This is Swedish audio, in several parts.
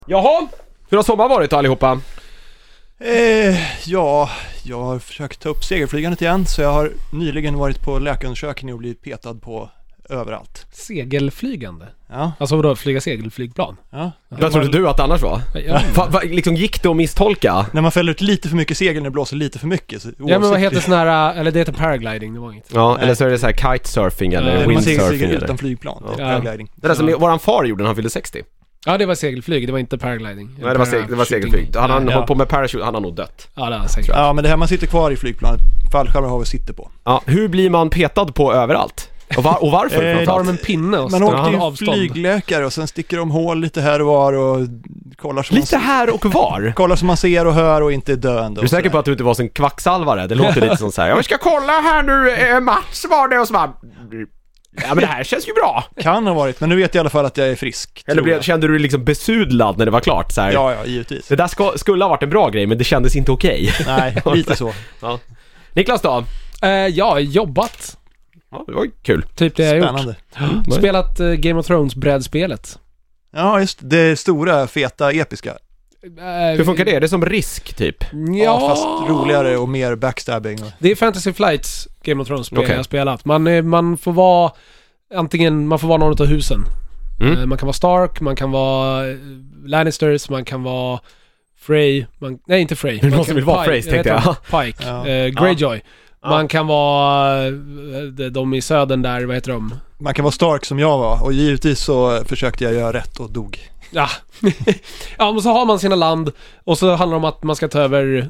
Jaha, hur har sommaren varit allihopa? Ja, jag har försökt ta upp segelflygandet igen, så jag har nyligen varit på läkarundersökning och blivit petad på överallt. Segelflygande? Ja. Alltså vadå, flyga segelflygplan? Ja. Vad trodde du att det annars var? Liksom gick det att misstolka? När man fäller ut lite för mycket segel när det blåser lite för mycket. Så Ja, men vad heter sån här, eller det heter paragliding, det var inget. Ja, eller så är det så här kitesurfing eller man windsurfing seglar eller... utan flygplan. Ja. Paragliding. Det där som våran far gjorde när han fyllde 60. Ja, det var segelflyg, det var inte paragliding. Nej, det var segelflyg. Hade han hållit på med parachute, han har nog dött. Ja, det har han säkert. Ja, men det här man sitter kvar i flygplanet, fallskärmar har vi sitter på. Ja, hur blir man petad på överallt? Och varför? Tar de en pinne och man åker till en avstånd? flygläkare och sen sticker de hål lite här och var och kollar som Lite här och var? kollar som man ser och hör och inte är döende. Du är säker på att du inte var en kvacksalvare? Det låter lite som så här. Jag ska kolla här nu, Mats var det och så bara... Ja, men det här känns ju bra. Kan ha varit, men nu vet jag i alla fall att jag är frisk. Eller kände du dig liksom besudlad när det var klart? Så här, ja, givetvis. Det där skulle ha varit en bra grej, men det kändes inte okej. Nej, lite så. Ja. Niklas då? Ja, jobbat. Ja, det var ju kul. Typ det jag gjort. Spännande. Spelat Game of Thrones brädspelet. Ja, just det stora, feta, episka. Hur funkar det? Är det som risk typ? Ja, fast roligare och mer backstabbing. Det är Fantasy Flights Game of Thrones-spel Okay. jag har spelat. Man får vara antingen, man får vara någon av husen. Man kan vara Stark, man kan vara Lannisters, man kan vara Frey, nej inte Frey. Det är någon som vill vara Frey, tänkte jag. Pike, Ja. Greyjoy. Ja. Man kan vara de i södern där, vad heter de? Man kan vara Stark som jag var, och givetvis så försökte jag göra rätt och dog. Ja. Ja, men så har man sina land och så handlar det om att man ska ta över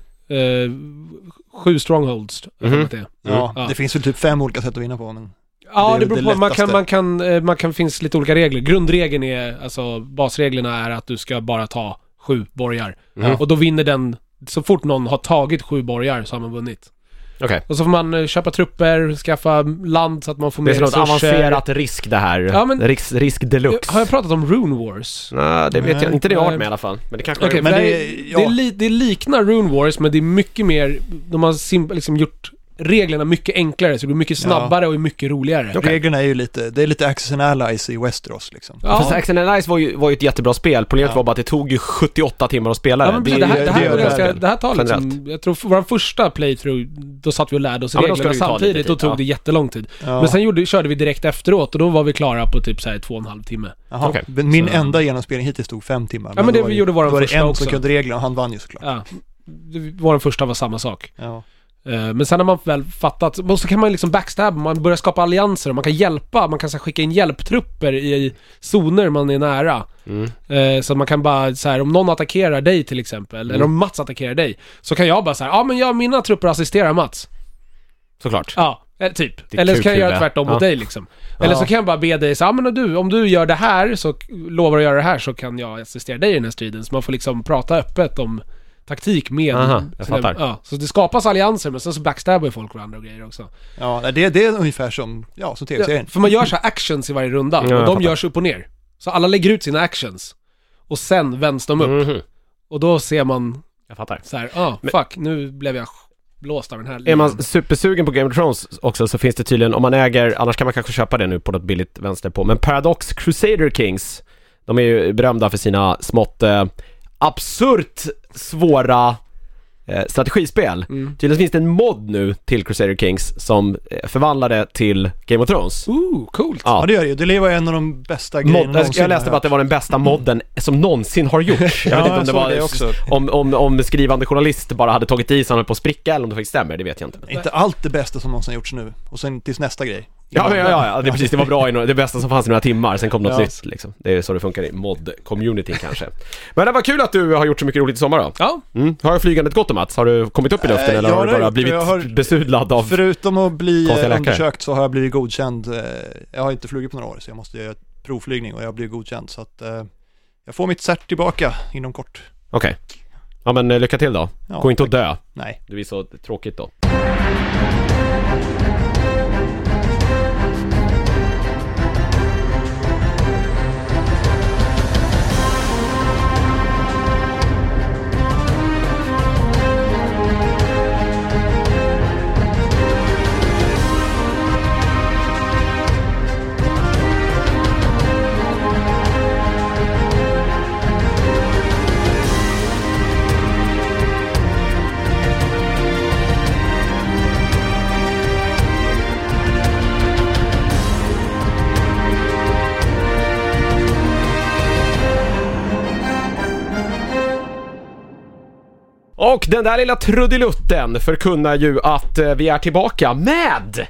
7 strongholds. Ja, det finns väl typ 5 olika sätt att vinna på. Men Ja, det det beror på. lättaste. Man kan finns lite olika regler. Grundregeln är, alltså basreglerna är att du ska bara ta 7 borgar. Och då vinner den, så fort någon har tagit 7 borgar så har man vunnit. Okej. Och så får man köpa trupper, skaffa land så att man får mer Det är resurser. något avancerat risk det här. Ja, men- risk deluxe. Har jag pratat om Rune Wars? Nej, det vet jag Nej. inte. Det har varit med i alla fall. Men det kanske Okej, Men men det- det liknar Rune Wars, men det är mycket mer, de har liksom gjort reglerna mycket enklare, så det blir mycket snabbare och mycket roligare. Okej. reglerna är ju lite, Access and Allies i Westeros liksom. Ja. Fast Access and Allies var ju ett jättebra spel. Problemet var bara att det tog ju 78 timmar att spela Ja, det. men precis, det här gör var det ganska, här det här tar liksom, generellt. jag tror vår första playthrough, då satt vi och lärde oss Ja, men då ska reglerna det ju ta lite samtidigt tid, och tog ja. det jättelång tid. Ja. Men sen körde vi direkt efteråt och då var vi klara på typ så här 2,5 timme. Jaha. Okej. Men min Så- enda genomspelning hittills tog 5 timmar. Ja, men det då var gjorde våran då var det första en också. som kunde reglerna och han vann ju såklart. Ja, vår första var samma sak. Ja. Men sen har man väl fattat, och så kan man liksom backstab, man börjar skapa allianser och man kan hjälpa, man kan så här, skicka in hjälptrupper i zoner man är nära. Så att man kan bara så här, om någon attackerar dig till exempel, eller om Mats attackerar dig, så kan jag bara så här, ja men mina trupper assisterar Mats. Såklart. Ja, typ. Det är Eller så kan jag kul, göra det. tvärtom Ja. mot dig liksom. Eller så kan jag bara be dig så, ja men om du gör det här, så lovar att göra det här, så kan jag assistera dig i den här striden. Så man får liksom prata öppet om taktik med. Aha, jag fattar. Ja, så det skapas allianser, men sen så backstabbar ju folk varandra och grejer också. Ja, det är ungefär som tv-serien. För man gör så här actions i varje runda, Ja, och jag de fattar. görs upp och ner. Så alla lägger ut sina actions, och sen vänds de upp. Och då ser man Jag fattar. så här, Men- fuck, nu blev jag blåst av den här Är man supersugen på Game of Thrones också, så finns det tydligen, om man äger, annars kan man kanske köpa det nu på något billigt vänster på, men Paradox Crusader Kings, de är ju berömda för sina smått absurt svåra strategispel. Tydligen finns det en mod nu till Crusader Kings som förvandlade till Game of Thrones. Coolt. Ja, det gör det ju. Det var en av de bästa grejerna någonsin Jag läste bara att det var den bästa modden som någonsin har gjorts. Jag vet inte om det såg var det också. om skrivande journalist bara hade tagit i sig honom på spricka, eller om det faktiskt stämmer, det vet jag inte. Inte allt det bästa som någonsin gjorts nu. Och sen tills nästa grej. Ja, det är precis, det var bra det bästa som fanns i några timmar, sen kom något Ja. nytt liksom. Det är så det funkar i mod-communityn kanske. Men det var kul att du har gjort så mycket roligt i sommar då. Ja. Har flygandet gått, Mats? Har du kommit upp i luften eller ja, har du det bara har blivit jag har- besudlad av... Förutom att bli Konstiga läkare. undersökt så har jag blivit godkänd. Jag har inte flugit på några år, så jag måste göra provflygning och jag blir godkänd. Så att jag får mitt cert tillbaka inom kort. Okej. Ja, men lycka till då. Ja, Gå inte att dö. Nej. Det blir så tråkigt då. Och den där lilla trudelutten förkunnar ju att vi är tillbaka med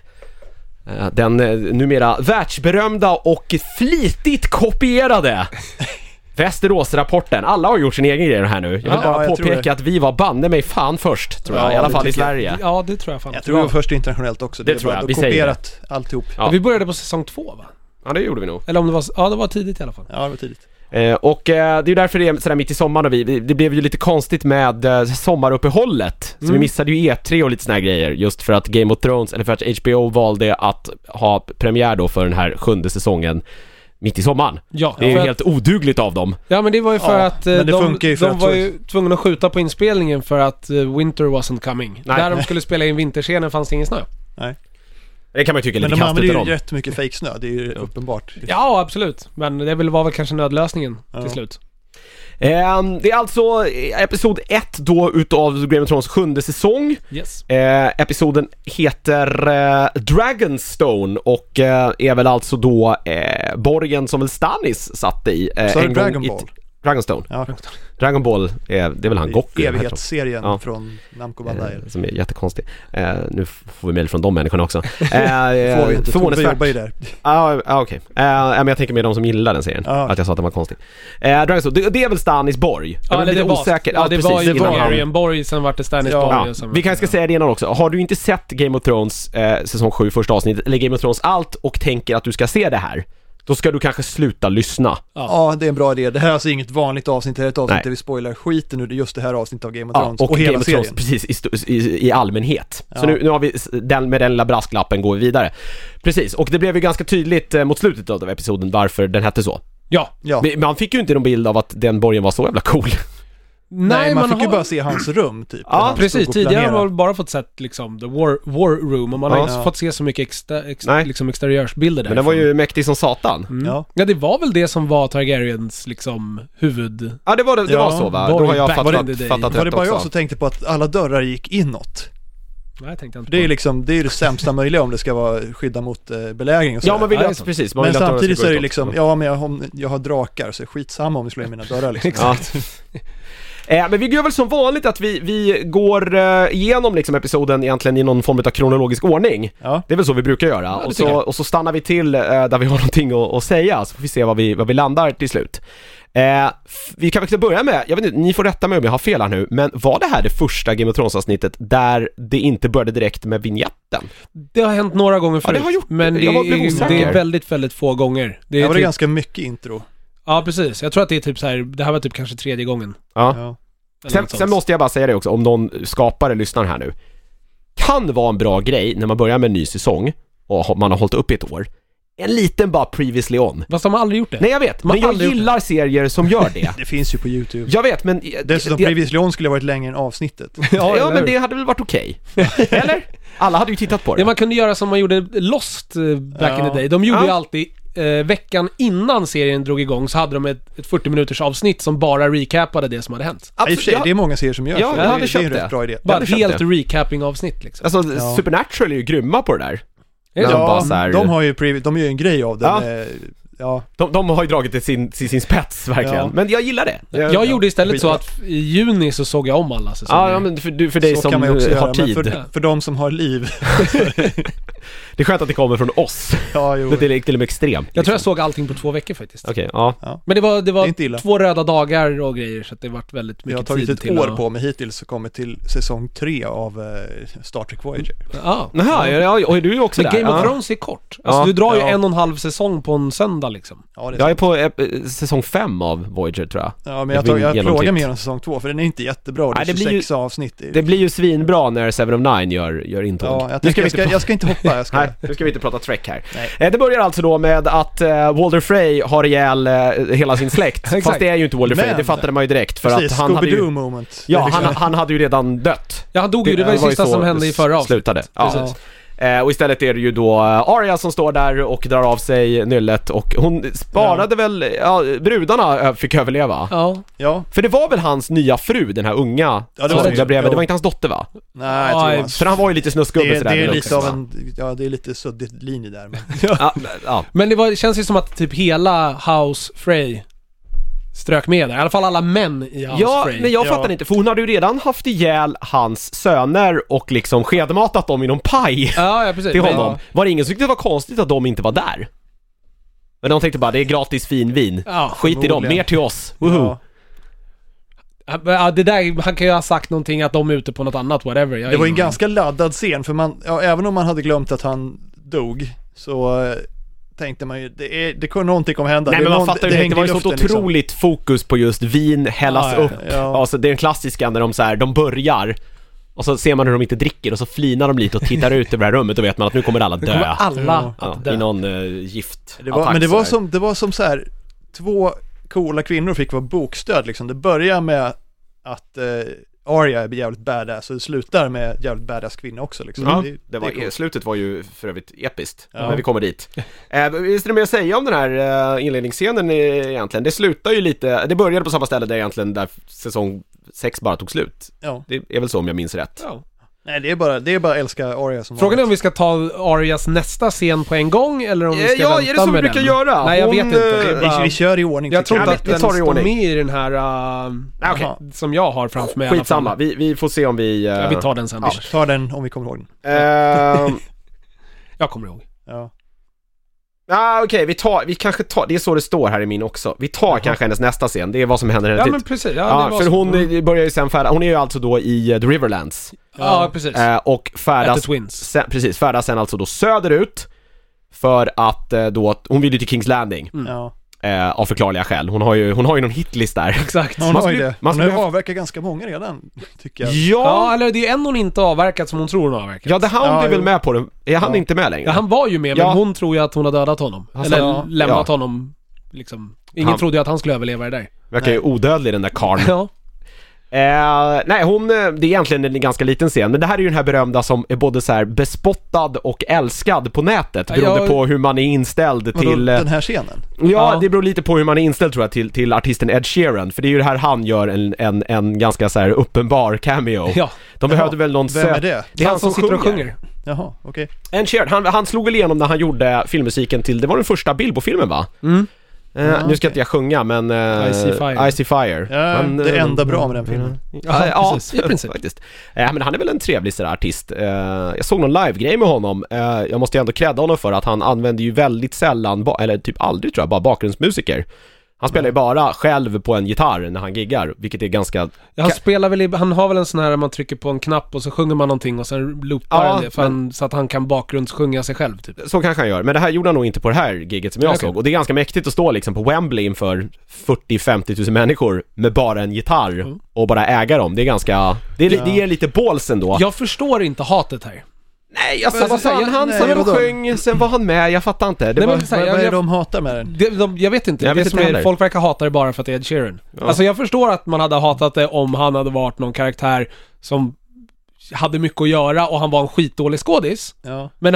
den numera världsberömda och flitigt kopierade Västeråsrapporten. Alla har gjort sin egen grej här nu. Jag vill bara påpeka att vi var banne mig fan först, tror jag. I alla fall i Sverige. Ja, det tror jag fan. Jag tror vi var först internationellt också. Det tror jag. Vi kopierat alltihop. Ja. Vi började på säsong 2, va? Ja, det gjorde vi nog. Eller om det var... Ja, det var tidigt i alla fall. Ja, det var tidigt. Och det är ju därför det är sådär mitt i sommaren och det blev ju lite konstigt med sommaruppehållet. Så vi missade ju E3 och lite såna här grejer. Just för att Game of Thrones, eller för att HBO valde att ha premiär då för den här 7:e säsongen mitt i sommaren. Ja, det är ju helt odugligt av dem. Ja, men det var ju för att de var ju tvungna att skjuta på inspelningen för att winter wasn't coming. Nej. Där de skulle spela in vinterscenen fanns det ingen snö. Nej. Det kan man ju tycka är lite kastigt. Men de använder använder ju rätt mycket fake snö, det är ju uppenbart. Ja, absolut. Men det var väl kanske nödlösningen till slut. Det är alltså episod 1 då utav Game of Thrones 7:e säsong. Yes. Episoden heter Dragonstone och är väl alltså då borgen som väl Stannis satt i. Så är det Dragon Ball? Dragonstone. Ja. Dragon Ball det är väl han Goku. Evighetsserien från Namco Bandai. Som är jättekonstig. Nu får vi mejl från de människorna också. Får vi inte, Tobbe jobbar ju där. Okej. Men jag tänker med de som gillar den serien. Att jag sa att den var konstig. Dragonstone, det är väl Stannis borg? Ja, det var osäker. Ja, det precis, var ju Targaryen borg, sen var det Stannis borg. Vi kanske ska säga det innan också. Har du inte sett Game of Thrones säsong 7 första avsnittet, eller Game of Thrones allt och tänker att du ska se det här, då ska du kanske sluta lyssna. Ja, det är en bra idé. Det här är alltså inget vanligt avsnitt, det är ett avsnitt där vi spoilar skiten nu. Det är just det här avsnittet av Game of Thrones och hela Game of Thrones, precis, i allmänhet. Så nu har vi med den lilla brasklappen går vi vidare. Precis, och det blev ju ganska tydligt mot slutet av episoden varför den hette så. Ja. Man fick ju inte någon bild av att den borgen var så jävla cool. Nej, man fick ju bara se hans rum typ. Ja, precis. Tidigare har man bara fått sett liksom the war room och man har inte fått se så mycket liksom exteriörsbilder där. Men det var ju mäktig som satan. Ja, det var väl det som var Targaryens liksom huvud. Ja, det var så, va? Då har jag fattat rätt. Var det bara jag som tänkte på att alla dörrar gick inåt? Nej, jag tänkte inte det är liksom, det är det sämsta möjliga om det ska vara skydda mot belägring och så. Ja, man vill precis. Men samtidigt så är det liksom, men jag har drakar så är skitsamma om vi slår in mina dörrar liksom. Exakt. Men vi gör väl som vanligt att vi går igenom liksom episoden egentligen i någon form av kronologisk ordning. Ja. Det är väl så vi brukar göra. Och så stannar vi till där vi har någonting att säga, så får vi se vad vi landar till slut. Vi kan väl börja med, jag vet inte, ni får rätta mig om jag har fel här nu, men var det här det första Game of Thrones-avsnittet där det inte började direkt med vignetten? Det har hänt några gånger förut, det har gjort, men det är väldigt, väldigt få gånger. Det var ganska mycket intro. Ja, precis. Jag tror att det är typ så här, det här var typ kanske 3:e gången. Ja. Sen måste jag bara säga det också, om någon skapare lyssnar här nu. Kan vara en bra grej när man börjar med en ny säsong och man har hållit upp i ett år. En liten bara previously on. Fast de har aldrig gjort det. Nej, jag vet, men jag gillar serier som gör det. Det finns ju på YouTube. Jag vet, men dessutom previously on skulle ha varit längre än avsnittet. Ja, men det hade väl varit okej. Eller? Alla hade ju tittat på det. Ja, man kunde göra som man gjorde Lost back in the day. De gjorde ju alltid veckan innan serien drog igång så hade de ett 40 minuters avsnitt som bara recapade det som hade hänt. Det är många serier som gör så. Det är en rätt bra idé. Bara helt recapping avsnitt liksom. Alltså, Supernatural är ju grymma på det där. De har ju de gör ju en grej av det. De har ju dragit det till sin spets verkligen. Men jag gillar det. Jag gjorde istället så att i juni så såg jag om alla säsonger. Ja, men för dig så som har tid. För de som har liv. Det är skönt att det kommer från oss. Ja, jo. Det är till och med extremt. Jag tror jag såg allting på 2 veckor faktiskt. Okej, ja. Men det var 2 röda dagar och grejer, så att det varit väldigt mycket tid. Jag har tagit ett år på mig hittills så kommit till säsong 3 av Star Trek Voyager. Och du är också där. Men Game of Thrones är kort. Alltså du drar ju 1,5 säsong på en söndag liksom. Jag är på säsong 5 av Voyager, tror jag. Ja, men jag plågar mer än säsong 2 för den är inte jättebra. Det är 26 avsnitt. Det blir ju svinbra när Seven of Nine gör intåg. Jag ska inte hoppa. Nu ska vi inte prata Trek här. Det börjar alltså då med att Walder Frey har ihjäl hela sin släkt. Fast det är ju inte Walder Frey, det fattade man ju direkt. För precis, att han hade ju, moment. Ja, han hade ju redan dött. Ja, han dog ju, det var det sista som hände i förra avsnittet. Slutade. Ja. Och istället är det ju då Arya som står där och drar av sig nyllet. Och hon sparade väl, brudarna fick överleva. Ja. För det var väl hans nya fru, den här unga som stod där bredvid. Det var inte hans dotter, va? Nej, jag tror för han var ju lite snuskgubbe sådär. Det är lite av en, det är lite suddig linje där. Men, men det känns ju som att typ hela House Frey strök med där. I alla fall alla män i House Ja, Frey. men jag fattar inte, för hon hade ju redan haft ihjäl hans söner och liksom skedmatat dem i någon paj Ja, precis. till honom. Var det ingen som tyckte det var konstigt att de inte var där? Men de tänkte bara, det är gratis fin vin. Ja, skit i dem, mer till oss. Woho. Ja, det där, han kan ju ha sagt någonting att de är ute på något annat, whatever. Det var en ganska laddad scen, för även om man hade glömt att han dog, så tänkte man ju, det kunde någonting kommer hända. Nej, men man fattar ju, det var ju sånt otroligt fokus på just vin hällas upp. Ja. Alltså det är en klassiska när de börjar och så ser man hur de inte dricker och så flinar de lite och tittar ut över det här rummet och vet man att nu kommer alla dö. Kommer alla att dö. I någon gift. Men det var som så här, 2 coola kvinnor fick vara bokstöd liksom. Det börjar med att Arya är jävligt badass och det slutar med jävligt badass kvinna också liksom. Ja, slutet var ju för övrigt episkt, men vi kommer dit. Visst är det mer att säga om den här inledningsscenen egentligen? Det slutar ju lite, det började på samma ställe där egentligen där säsong 6 bara tog slut. Ja. Det är väl så om jag minns rätt. Ja. Nej, det är bara älska Arya som Frågan är om vi ska ta Arias nästa scen på en gång eller om vi ska vänta med den. Ja, är det som vi brukar göra? Nej, jag vet inte. Vi kör i ordning. Jag tror inte att vi den tar i står ordning. med i den här som jag har framför mig. Skitsamma, vi får se om vi... vi tar den sen. Ja, tar den om vi kommer ihåg den. Jag kommer ihåg. Ja. Okej, vi kanske tar, det är så det står här i min också. Vi tar kanske hennes nästa scen, det är vad som händer henne. Ja, men precis. För hon börjar ju sen hon är ju alltså då i The Riverlands. Ja, precis. Och färdas sen alltså då söderut för att då, hon vill ju till King's Landing. Ja. Av förklarliga skäl. Hon har ju någon hitlist där. Exakt. Hon har ju det. Hon har avverkat ganska många redan, tycker jag. Ja, eller det är en hon inte avverkat som hon tror hon har avverkat. Ja, The Hound är väl med på det. Är han inte med längre? Ja, han var ju med, men hon tror ju att hon har dödat honom. Alltså, eller lämnat honom, liksom. Ingen trodde ju att han skulle överleva det där. Verkar ju odödlig den där karln. Ja. Nej, det är egentligen en ganska liten scen, men det här är ju den här berömda som är både så här bespottad och älskad på nätet, beroende på hur man är inställd till... Den här scenen? Ja, det beror lite på hur man är inställd, tror jag, till artisten Ed Sheeran, för det är ju det här han gör en ganska så här uppenbar cameo. Ja. De behövde väl någon... Vem är det? Det är han som sitter och sjunger. Jaha, okej. Ed Sheeran, han slog väl igenom när han gjorde filmmusiken till, det var den första Bilbo-filmen, va? Nu ska inte jag sjunga, men I See Fire. Ja, det enda bra med den filmen. Ja, precis. I princip. Faktiskt. Men han är väl en trevlig sådär artist. Jag såg någon live-grej med honom. Jag måste ju ändå credda honom för att han använder ju väldigt sällan, eller typ aldrig tror jag, bara bakgrundsmusiker. Han spelar ju bara själv på en gitarr när han giggar, vilket är ganska... Han har väl en sån här, man trycker på en knapp och så sjunger man någonting och sen loopar det så att han kan bakgrundssjunga sig själv typ. Så kanske han gör, men det här gjorde han nog inte på det här gigget som jag såg. Och det är ganska mäktigt att stå liksom på Wembley inför 40-50 000 människor med bara en gitarr och bara äga dem. Det är ganska... Det ger lite båls ändå. Jag förstår inte hatet här. Nej, alltså han sjöng, sen var han med, jag fattar inte. Vad är de hatar med den? Jag vet inte. Folk verkar hata det bara för att det är Ed Sheeran. Ja. Alltså jag förstår att man hade hatat det om han hade varit någon karaktär som hade mycket att göra och han var en skitdålig skådis. Ja. Men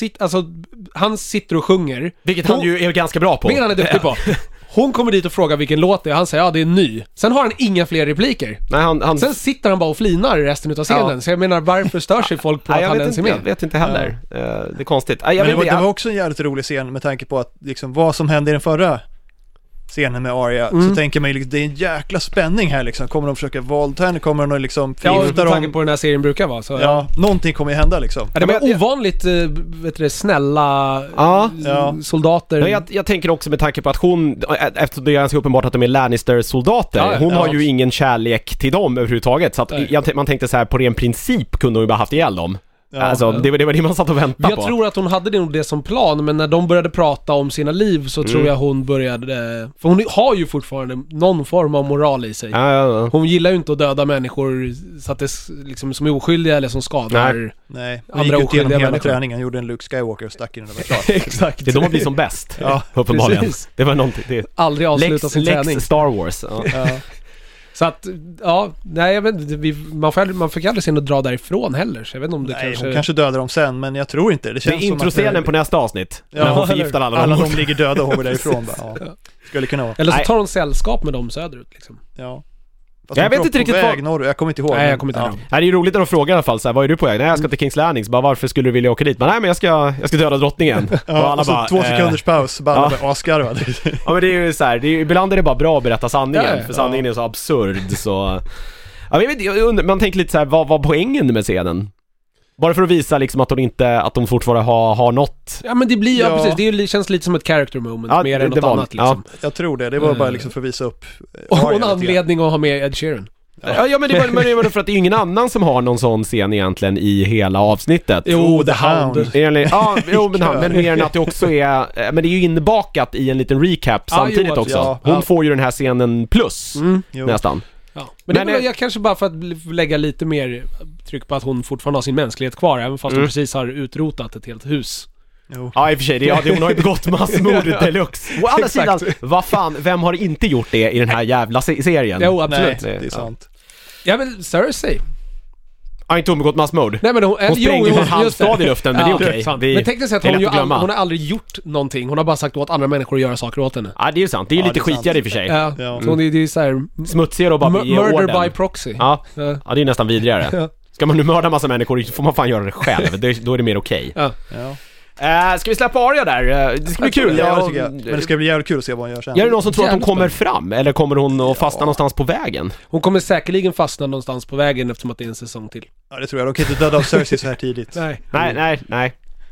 han sitter och sjunger. Vilket han ju är ganska bra på. Vilket han är duktig på. Hon kommer dit och frågar vilken låt det är. Han säger, det är ny. Sen har han inga fler repliker. Nej, Sen sitter han bara och flinar resten av scenen. Ja. Så jag menar, varför stör sig folk på att han ens är med? Jag vet inte heller. Det är konstigt. Det var också en jävligt rolig scen med tanke på att liksom, vad som hände i den förra scenen med Arya, så tänker man ju liksom, det är en jäkla spänning här liksom. Kommer de försöka våldta henne? Kommer de liksom förgifta dem? Ja, på den här serien brukar vara så. Ja, någonting kommer ju hända liksom. Ja, det var ovanligt snälla soldater. Jag tänker också med tanke på att hon, efter det är ganska uppenbart att de är Lannister-soldater, hon har ju ingen kärlek till dem överhuvudtaget, så att man tänkte så här, på ren princip kunde hon ju bara haft ihjäl dem. Det var det man satt och väntade på. Jag tror att hon hade det som plan, men när de började prata om sina liv så tror jag hon började... För hon har ju fortfarande någon form av moral i sig. Hon gillar ju inte att döda människor så att det liksom, som är oskyldiga eller som skadar andra oskyldiga människor. Träningen gjorde en Luke Skywalker och stack in den. Exakt. Det är då man blir som bäst. Uppenbarligen. Det var någonting. Aldrig avsluta sin träning. Star Wars. Så att, jag vet inte, man fick aldrig se något dra därifrån heller, så jag vet inte om det hon kanske dödar dem sen, men jag tror inte. Det känns som introscenen på nästa avsnitt. När hon förgiftar alla de ligger döda och går därifrån. Skulle kunna vara. Eller så tar hon sällskap med dem söderut liksom. Ja. Fast Jag de vet inte riktigt väg norr, jag kommer inte ihåg. Nej, jag kommer inte ihåg. Det är ju roligt när de frågar i alla fall så här, var är du på väg? Nej, jag ska till Kings Landing. Så bara, varför skulle du vilja åka dit? Men nej, men jag ska döda drottningen. Ja, och så 2 sekunders paus, bara alla bara asgarvade. Ja, men det är ju så här, ibland är det bara bra att berätta sanningen, Ja. för sanningen är så absurd så... Ja, men jag undrar, man tänker lite så här, vad var poängen med scenen? Bara för att visa liksom att de fortfarande har nått... Ja, men det blir Ja. precis, det känns lite som ett character moment Ja, mer än det något var- annat liksom. Jag tror det var bara liksom för att visa upp Och Arya en lite grann. anledning att ha med Ed Sheeran. Ja, men det var för att det är ingen annan som har någon sån scen egentligen i hela avsnittet. Jo, The Hound. Egentligen, ja, jo, men mer än att det också är... Men det är ju inbakat i en liten recap samtidigt jo, också. ja. Hon får ju den här scenen plus, Jo. nästan. Ja. Men det är Men, väl jag kanske bara för att lägga lite mer tryck på att hon fortfarande har sin mänsklighet kvar, även fast hon precis har utrotat ett helt hus. Jo. Ja, i och för sig, hon har ju begått massmord deluxe. Å andra sidan, vad fan, vem har inte gjort det i den här jävla serien? Jo, absolut. Nej, det är sant. Ja, men Cersei. Har inte hon begått massmord? Nej, men hon sprängde en halv just det. stad i luften, men det är Ja, okej. sant. Vi- Men tekniskt sett det är har lätt att glömma. hon har aldrig gjort någonting. Hon har bara sagt åt andra människor att göra saker åt henne. Ja, det är ju sant. Det är ju Ja, lite det är sant. skitigare i och för sig. Ja, Ja. så det är så här Smutsigare och bara bli murder orden. by proxy. Ja. Ja. Ja, det är ju nästan vidrigare. Ja. Ska man nu mörda massa människor får man fan göra det själv. Då är det mer okej. Ja. Ja. Ska vi släppa Arya där? Det ska bli kul. Ja, det tycker jag. Men det ska bli jävligt kul att se vad hon gör sen. Är det någon som tror att hon Jävligt kommer fram? Eller kommer hon att fastna någonstans på vägen? Hon kommer säkerligen fastna någonstans på vägen eftersom att det är en säsong till. Ja, det tror jag. De kan inte döda av Cersei så här tidigt. Nej. Nej.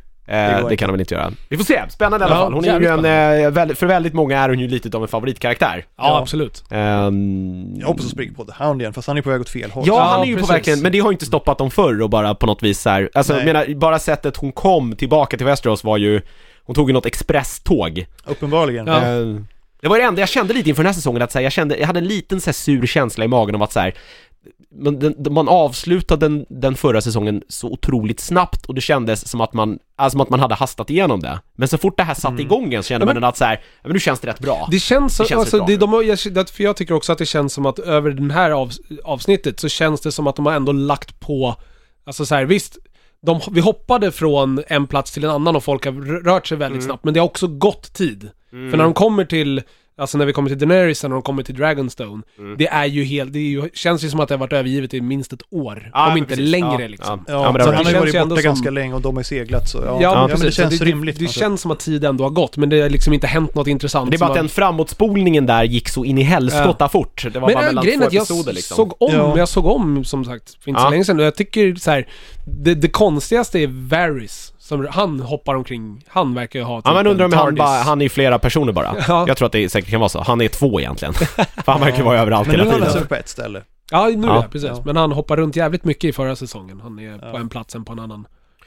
går Det kan de väl inte göra. Vi får se. Spännande i alla Ja, fall. Hon är ju jävligt för väldigt många är hon ju lite av en favoritkaraktär. Ja, Ja. absolut. Jag hoppas att springa på The Hound igen, fast han är på väg åt fel håll. Ja, Ja, han är ju precis. på verkligen, men det har ju inte stoppat dem förr och bara på något vis så här, alltså jag Nej. menar, bara sättet hon kom tillbaka till Westeros var ju, hon tog ju något expresståg. Uppenbarligen. Ja. Det var det enda jag kände lite inför den här säsongen, att så här, jag hade en liten så här, sur känsla i magen om att så här, man avslutade den förra säsongen så otroligt snabbt och det kändes som att man hade hastat igenom det. Men så fort det här satte igång igen så kände man att så här, men nu känns det rätt bra. Det känns, Det känns alltså, rätt det, bra. för jag tycker också att det känns som att över den här avsnittet så känns det som att de har ändå lagt på, alltså så här, visst, vi hoppade från en plats till en annan och folk har rört sig väldigt snabbt, men det har också gått tid. För när de kommer till, alltså när vi kommer till Daenerys och när de kommer till Dragonstone, det är ju helt, känns ju som att det har varit övergivet i minst ett år, om inte precis. längre liksom. Ja, men det så var han har ju känns varit ju borta ändå som- ganska länge och de har seglat så Ja, men precis. det känns rimligt. Det känns som att tiden ändå har gått, men det har liksom inte hänt något intressant. Det är bara att som den framåtspolningen där gick så in i helskotta fort. Det var bara mellan grejen två är att jag episoder liksom. jag såg om som sagt för inte så länge sedan, och jag tycker så här, det konstigaste är Varys, som han hoppar omkring, han verkar ju ha typ Ja, man undrar om en han, TARDIS. han är flera personer bara. Ja. Jag tror att det säkert kan vara så. Han är 2 egentligen. För han verkar vara överallt Men nu hela har han tiden. sig på ett ställe. Ja, nu Ja. ja, precis. Ja. Men han hoppar runt jävligt mycket i förra säsongen. Han är på en plats än på en annan.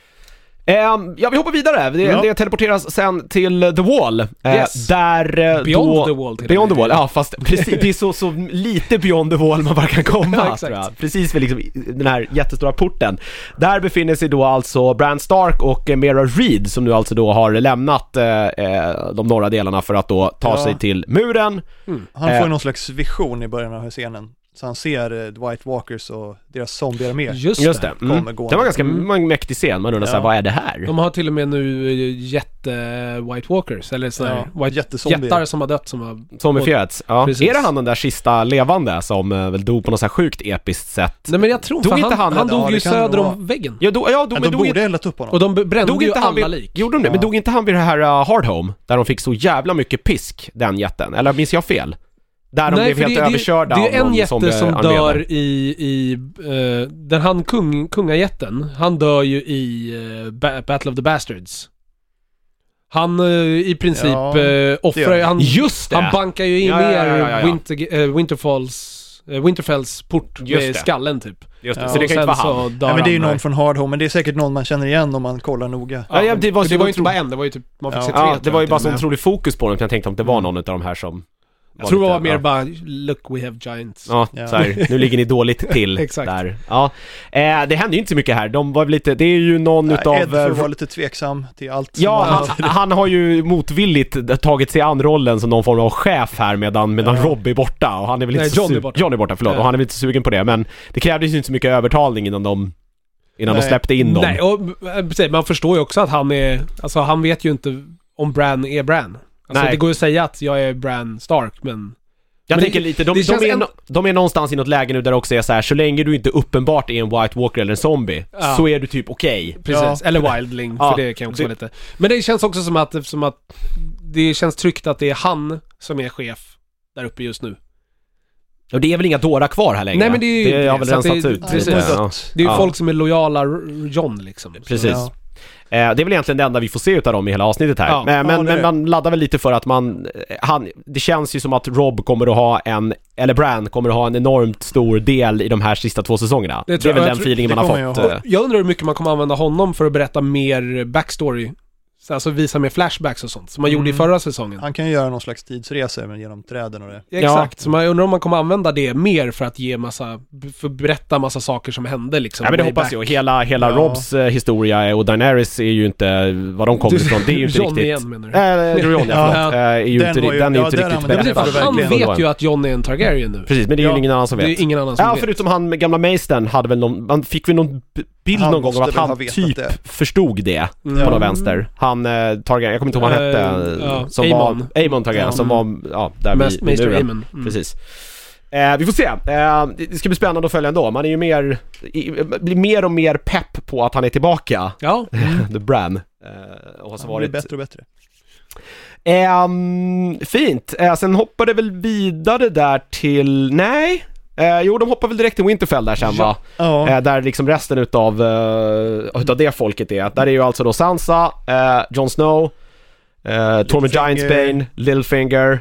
Ja, vi hoppar vidare. Det teleporteras sen till The Wall. Yes. Där Beyond då, the Wall till Beyond och the med. Wall, ja fast precis, det är så lite Beyond the Wall man bara kan komma. Ja, exakt. tror jag. Precis vid liksom den här jättestora porten. Där befinner sig då alltså Bran Stark och Mera Reed, som nu alltså då har lämnat de norra delarna för att då ta sig till muren. Han får ju någon slags vision i början av den här scenen. Så han ser The White Walkers och deras zombiearmé. Just det. Kommer gående. Det var ganska mäktig scen. Man undrar så här, vad är det här? De har till och med nu White Walkers, eller sådär, jättezombier. jättar som har dött, som har... Zombifierats. Ja. Precis. Är det han den där sista levande som väl dog på något så här sjukt episkt sätt? Nej, men jag tror Dog för inte han han? dog Ja, ju det kan det söder vara. om väggen. Ja, men de dog borde inte, eldat upp honom. Och de brände dog ju inte han alla vid, lik. gjorde de det? Men dog inte han vid det här Hardhome? Där de fick så jävla mycket pisk, den jätten? Eller minns jag fel? Där de blev för helt överkörda det av är en någon jätte som zombiearmé dör där. den han kungajätten, han dör ju i Battle of the Bastards. Han i princip offrar, han, Just det! han bankar ju in Ja. Winterfells port Just med det. skallen typ. Just det. Ja, Så det Och kan inte sen vara han. så dör Ja, men det är ju han. någon från Hardhome, men det är säkert någon man känner igen om man kollar noga. Ja, det var, För det var ju inte bara en, det var ju typ, man fick se tre. Ja, det var ju bara så tror jag. otrolig fokus på dem. Jag tänkte om det var någon av de här som... Jag tror det var lite- mer bara, look we have giants. Ja, Ja. så här, nu ligger ni dåligt till Exakt. där. Ja. Det hände ju inte så mycket här. De var väl lite, det är ju någon utav... Ed får vara lite tveksam till allt. Ja, som han har ju motvilligt tagit sig an rollen som någon form av chef här medan Robb är borta. Och han är väl inte Nej, så John är borta. John är borta, förlåt. Ja. Och han är väl inte så sugen på det. Men det krävdes ju inte så mycket övertalning innan de Nej. släppte in dem. Nej, och precis, man förstår ju också att han är, alltså han vet ju inte om Bran är Bran. Alltså Nej. det går ju att säga att jag är Bran Stark, men Jag Men tänker lite, det de är någonstans i något läge nu där det också är så här: så länge du inte uppenbart är en White Walker eller en zombie, så är du typ okej. Precis, eller wildling, för det kan också vara lite. Men det känns också som att det känns tryggt att det är han som är chef där uppe just nu. Och det är väl inga dårar kvar här längre? Nej, men det har väl rensats ut. Precis. Det är ju folk som är lojala John liksom. Precis. Så, det är väl egentligen det enda vi får se utav dem i hela avsnittet här. Men man laddar väl lite för att det känns ju som att Rob kommer att ha eller Bran kommer att ha en enormt stor del i de här sista 2 säsongerna. Det är väl den feelingen man har fått. Jag undrar hur mycket man kommer använda honom för att berätta mer backstory. Alltså visa med flashbacks och sånt som man gjorde i förra säsongen. Han kan ju göra någon slags tidsresa men genom träden och det. Exakt, så man undrar om man kommer använda det mer för att berätta massa saker som hände liksom. Ja, men det hoppas jag. Hela Robs historia och Daenerys är ju inte vad de kommer ifrån. Det är ju inte John riktigt. Igen, menar du? John, är ju inte riktigt berättad. Han vet ju att John är en Targaryen nu. Precis, men det är ju ingen annan som vet. Det är ingen annan som vet. Förutom han med gamla Maestern hade väl man fick väl någon bild någon gång av att han typ förstod det på någon vänster. Han Targaryen, jag kommer inte ihåg vad han hette, som Aemon. var Aemon Targaryen, som var där Maester Aemon. Precis. Vi får se. Det ska bli spännande att följa ändå. Man är ju blir mer och mer pepp på att han är tillbaka. Ja. The Bran. Och har varit bättre och bättre. Fint. Sen hoppade väl vidare där till... Nej. De hoppar väl direkt till Winterfell där sen, va? Ja. Där liksom resten utav det folket är. Där är ju alltså då Sansa, Jon Snow, Tormund Giantsbane, Littlefinger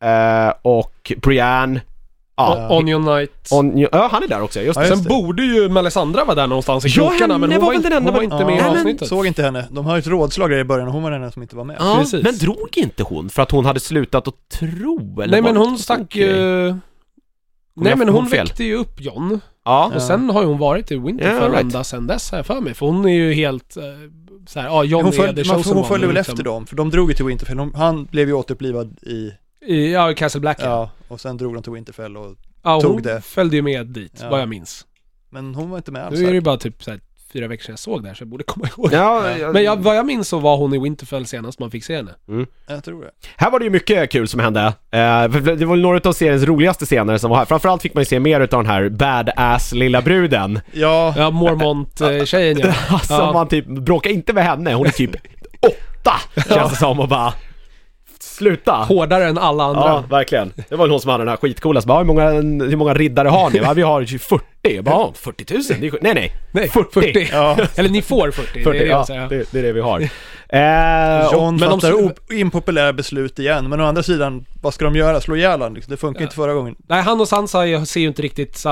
och Brienne. Onion Knight. Han är där också, just det. Sen borde ju Melisandra vara där någonstans i krokarna, men hon var inte med i avsnittet. Såg inte henne. De har ju ett rådslag i början och hon var den som inte var med. Ja, men drog inte hon för att hon hade slutat att tro? Eller nej, men hon stack ju... Nej, men hon väckte ju upp Jon. Ja. Och sen har hon varit i Winterfell ända sen dess här för mig. För hon är ju helt så här, Jon hon följde väl efter dem, för de drog ju till Winterfell. Han blev ju återupplivad i Castle Black. Ja, och sen drog de till Winterfell och tog det. Hon följde ju med dit, vad jag minns. Men hon var inte med alls. Nu är det bara typ så här 4 veckor sedan jag såg det här, så jag borde komma ihåg. Men vad jag minns så var hon i Winterfell senast man fick se henne. Jag tror det. Här var det ju mycket kul som hände. Det var några av seriens roligaste scener som var här. Framförallt fick man ju se mer av den här badass lilla bruden. Ja, Mormont-tjejen, ja. Alltså man typ bråkar inte med henne. Hon är typ 8, känns det som, och bara... Sluta. Hårdare än alla andra. Ja, verkligen. Det var någon som hade den här skitcoola. Så bara, hur många riddare har ni? Va? Vi har 40. Jag bara, 40 000? Nej, 40. Ja. Eller ni får 40. 40, det är det vi har. John fattar impopulära beslut igen. Men å andra sidan, vad ska de göra? Slå ihjäl han? Det funkar inte förra gången. Nej, han och Sansa ser ju inte riktigt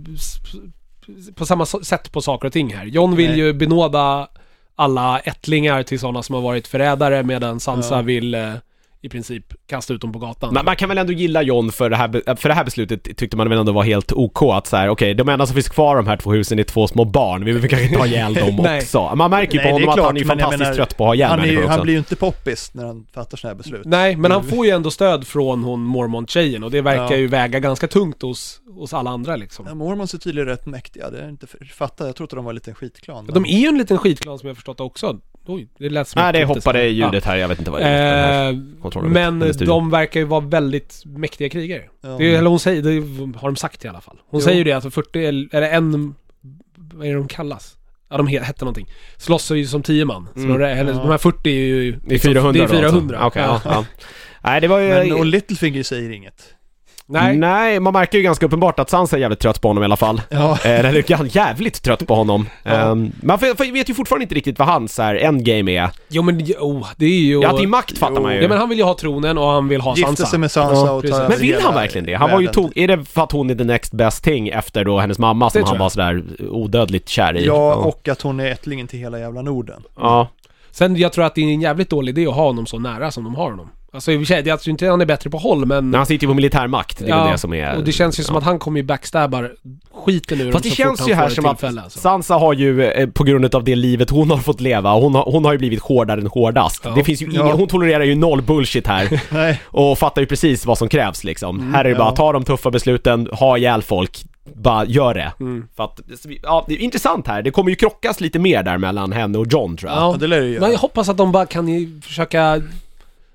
på samma sätt på saker och ting här. John vill ju benåda alla ättlingar till sådana som har varit förrädare, medan Sansa vill... i princip kasta ut dem på gatan. Man kan väl ändå gilla Jon för det här beslutet, tyckte man väl ändå var helt OK att så här, okej, de enda som finns kvar de här 2 husen är 2 små barn. Vi vill kanske ta ihjäl dem också. Man märker ju på honom att han är fantastiskt trött på att ha ihjäl människor också. Han blir ju inte poppis när han fattar såna här beslut. Nej, men han får ju ändå stöd från hon Mormont-tjejen, och det verkar ju väga ganska tungt hos alla andra liksom. Ja, Mormont är tydligen rätt mäktiga. Det är inte fattat. Jag tror att de var en liten skitklan. De är ju en liten skitklan som jag förstått också. Oj, det lät som det hoppade ljudet här, jag vet inte vad det är. Men de verkar ju vara väldigt mäktiga krigare. Eller hon säger, det har de sagt i alla fall. Hon säger ju det att 40 eller en, vad är det de kallas? Ja, de hette någonting. Slåss ju som 10 man. Så de här 40 är ju... Det är 400. Det är 400. Alltså. Okay, ja. Nej, det var ju... Men och Littlefinger säger inget. Nej, man märker ju ganska uppenbart att Sansa är jävligt trött på honom i alla fall. Eller jävligt trött på honom. Man vet ju fortfarande inte riktigt vad hans endgame är. Jo, men det är ju... Ja, det är makt fattar man ju. Ja, men han vill ju ha tronen och han vill ha Sansa. Gifta sig med Sansa och ta... Men vill han verkligen det? Han var ju är det för att hon är the next best thing efter då hennes mamma som han var sådär odödligt kär i? Ja, och att hon är ättlingen till hela jävla Norden. Ja. Sen jag tror att det är en jävligt dålig idé att ha honom så nära som de har honom. Alltså i och för sig, jag tror inte han är bättre på håll, men... Han sitter ju på militärmakt, det är väl det som är... och det känns ju som att han kommer ju backstabbar skiten ur. Fast det känns ju här som att alltså. Sansa har ju, på grund av det livet hon har fått leva, hon har ju blivit hårdare än hårdast. Det finns ju hon tolererar ju noll bullshit här. Och fattar ju precis vad som krävs liksom. Här är det bara, ta de tuffa besluten, ha ihjäl folk, bara gör det. För att, det är intressant här. Det kommer ju krockas lite mer där mellan henne och John, tror jag. Ja, det lär ju göra. Men jag hoppas att de bara kan försöka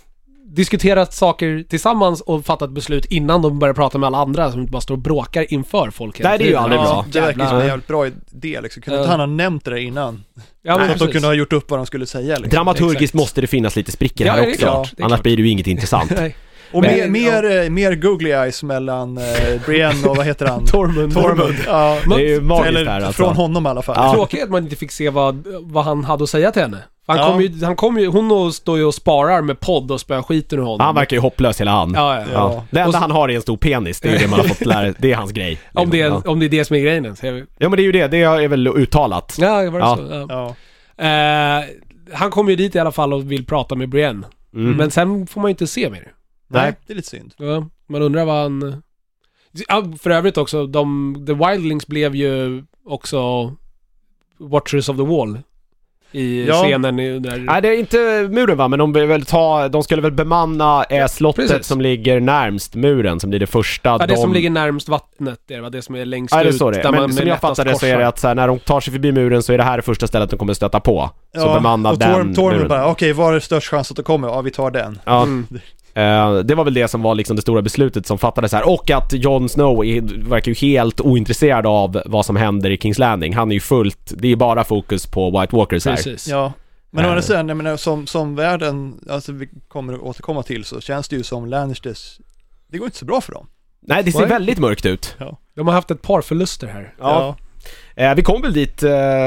diskuterat saker tillsammans och fattat beslut innan de börjar prata med alla andra som inte bara står och bråkar inför folk. Nej, det är ju aldrig bra. Det verkar som en jävligt bra idé liksom. Kunde inte han ha nämnt det innan? Ja, så att de kunde ha gjort upp vad de skulle säga liksom. Dramaturgiskt Exakt. måste det finnas lite sprickor Ja, här det är också. klart, det är Annars klart. blir det ju inget intressant. Nej. Och Men- mer googly eyes mellan Brienne och vad heter han? Tormund. Ja, Det är ju magiskt eller här alltså. från honom i alla fall. Ja. Tråkigt att man inte fick se vad han hade att säga till henne. Han Ja. kom ju, hon står ju och sparar med podd och spöar skiten ur honom. Han verkar ju hopplös hela han. Ja. Ja. Det enda han har är en stor penis. Det är ju det man har fått lära. Det är hans grej. Om det Ja. är det som är grejen. Så jag, Ja, men det är ju det. Det är väl uttalat. ja, det var det Ja. så. Ja. Ja. Han kommer ju dit i alla fall och vill prata med Brienne. Men sen får man ju inte se mer. Nej, det är lite synd. Ja, man undrar vad han... Ja, för övrigt också, The Wildlings blev ju också Watchers of the Wall i Ja. scenen där... Nej, det är inte muren va, men de skulle väl bemanna slottet precis. som ligger närmst muren, som blir det första. Ja, det som ligger närmst vattnet, det var det som är längst Ja, det är ut. så det. Där Men man som jag lättast fattar det så är korsar. det att så här, när de tar sig förbi muren så är det här det första stället de kommer stöta på. Så Ja, bemanna och den Tormund muren. bara, okej, var är det störst chans att det kommer? Ja, vi tar den. Ja. Mm. Det var väl det som var liksom det stora beslutet som fattades här. Och att Jon Snow verkar ju helt ointresserad av vad som händer i King's Landing. Han är ju det är bara fokus på White Walkers här. Precis. Ja. Men å andra sidan, jag menar, som världen, alltså vi kommer att återkomma till, så känns det ju som Lannisters, det går inte så bra för dem. Nej, det ser Nej. väldigt mörkt ut. De har haft ett par förluster här. Ja. Vi kom väl dit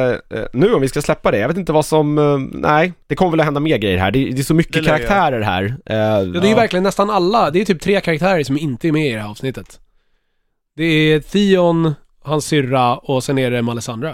nu om vi ska släppa det. Jag vet inte vad som... nej, det kommer väl att hända mer grejer här. Det är så mycket Det lär jag. karaktärer här. Ja, det är ju verkligen nästan alla. Det är typ 3 karaktärer som inte är med i det här avsnittet. Det är Theon, hans syrra och sen är det Melisandre.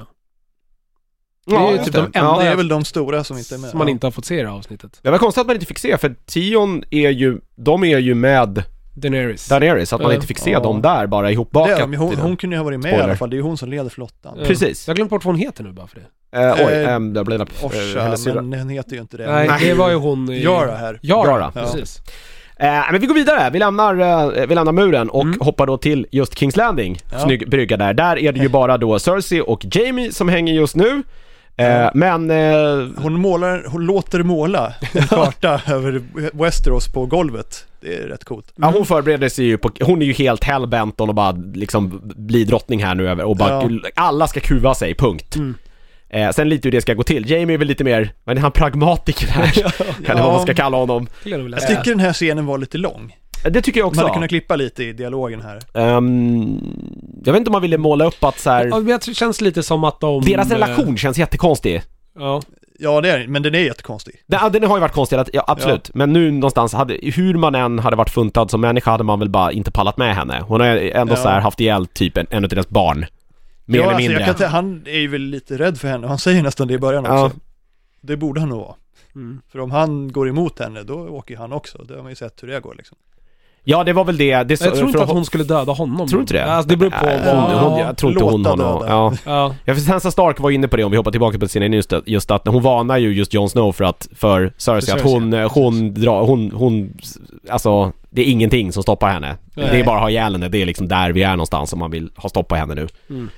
Det är ju just typ det. de enda Det är väl de stora som inte är med. som man inte har fått se i det här avsnittet. Det var konstigt att man inte fick se, för Tion de är ju med Daenerys. Daenerys, att man inte fick se Ja. dem där bara ihopbakat. Det, men hon kunde ju ha varit med i Spoiler. alla fall, det är ju hon som leder flottan. Ja. Precis. Jag har glömt bort vad hon heter nu bara för det. Det blev Orsa, hennes syrra. men hon heter ju inte det. Nej, det var ju hon i... Yara här. Yara, Ja. precis. Men vi går vidare, vi lämnar muren och hoppar då till just King's Landing. Ja. Snygg brygga där. Där är det ju bara då Cersei och Jaime som hänger just nu. Men Hon låter måla en karta över Westeros på golvet. Det är rätt coolt. ja, hon förbereder sig ju på, hon är ju helt hellbent och bara liksom bli drottning här nu över och bara alla ska kuva sig, punkt. Sen lite hur det ska gå till. Jamie är väl lite mer, vad är han, pragmatiker här? Eller vad man ska kalla honom. Jag tycker den här scenen var lite lång. Det tycker jag också. Man hade kunnat klippa lite i dialogen här. Jag vet inte om man ville måla upp att så här, Ja, det känns lite som att de... deras relation känns jättekonstig. Ja. Ja, det är, men den är jättekonstig. Den har ju varit konstig, ja, absolut. Men nu någonstans, hur man än hade varit funtad som människa hade man väl bara inte pallat med henne. Hon har ändå så här haft ihjäl typ en av deras barn. Mer eller alltså, mindre. han är ju väl lite rädd för henne. Han säger nästan det i början också. Det borde han nog vara. För om han går emot henne, då åker han också. Det har man ju sett hur det går liksom. Ja, det var väl det. Jag tror inte att hon skulle döda honom. Tror du inte det? Alltså, det beror på vad... Jag tror inte hon har någon. Ja. Ja, för Sansa Stark var inne på det, om vi hoppar tillbaka på scenen just att hon varnar ju just Jon Snow för Cersei att hon alltså det är ingenting som stoppar henne. Nej. Det är bara att ha ihjäl henne, det är liksom där vi är någonstans om man vill ha stopp på henne nu.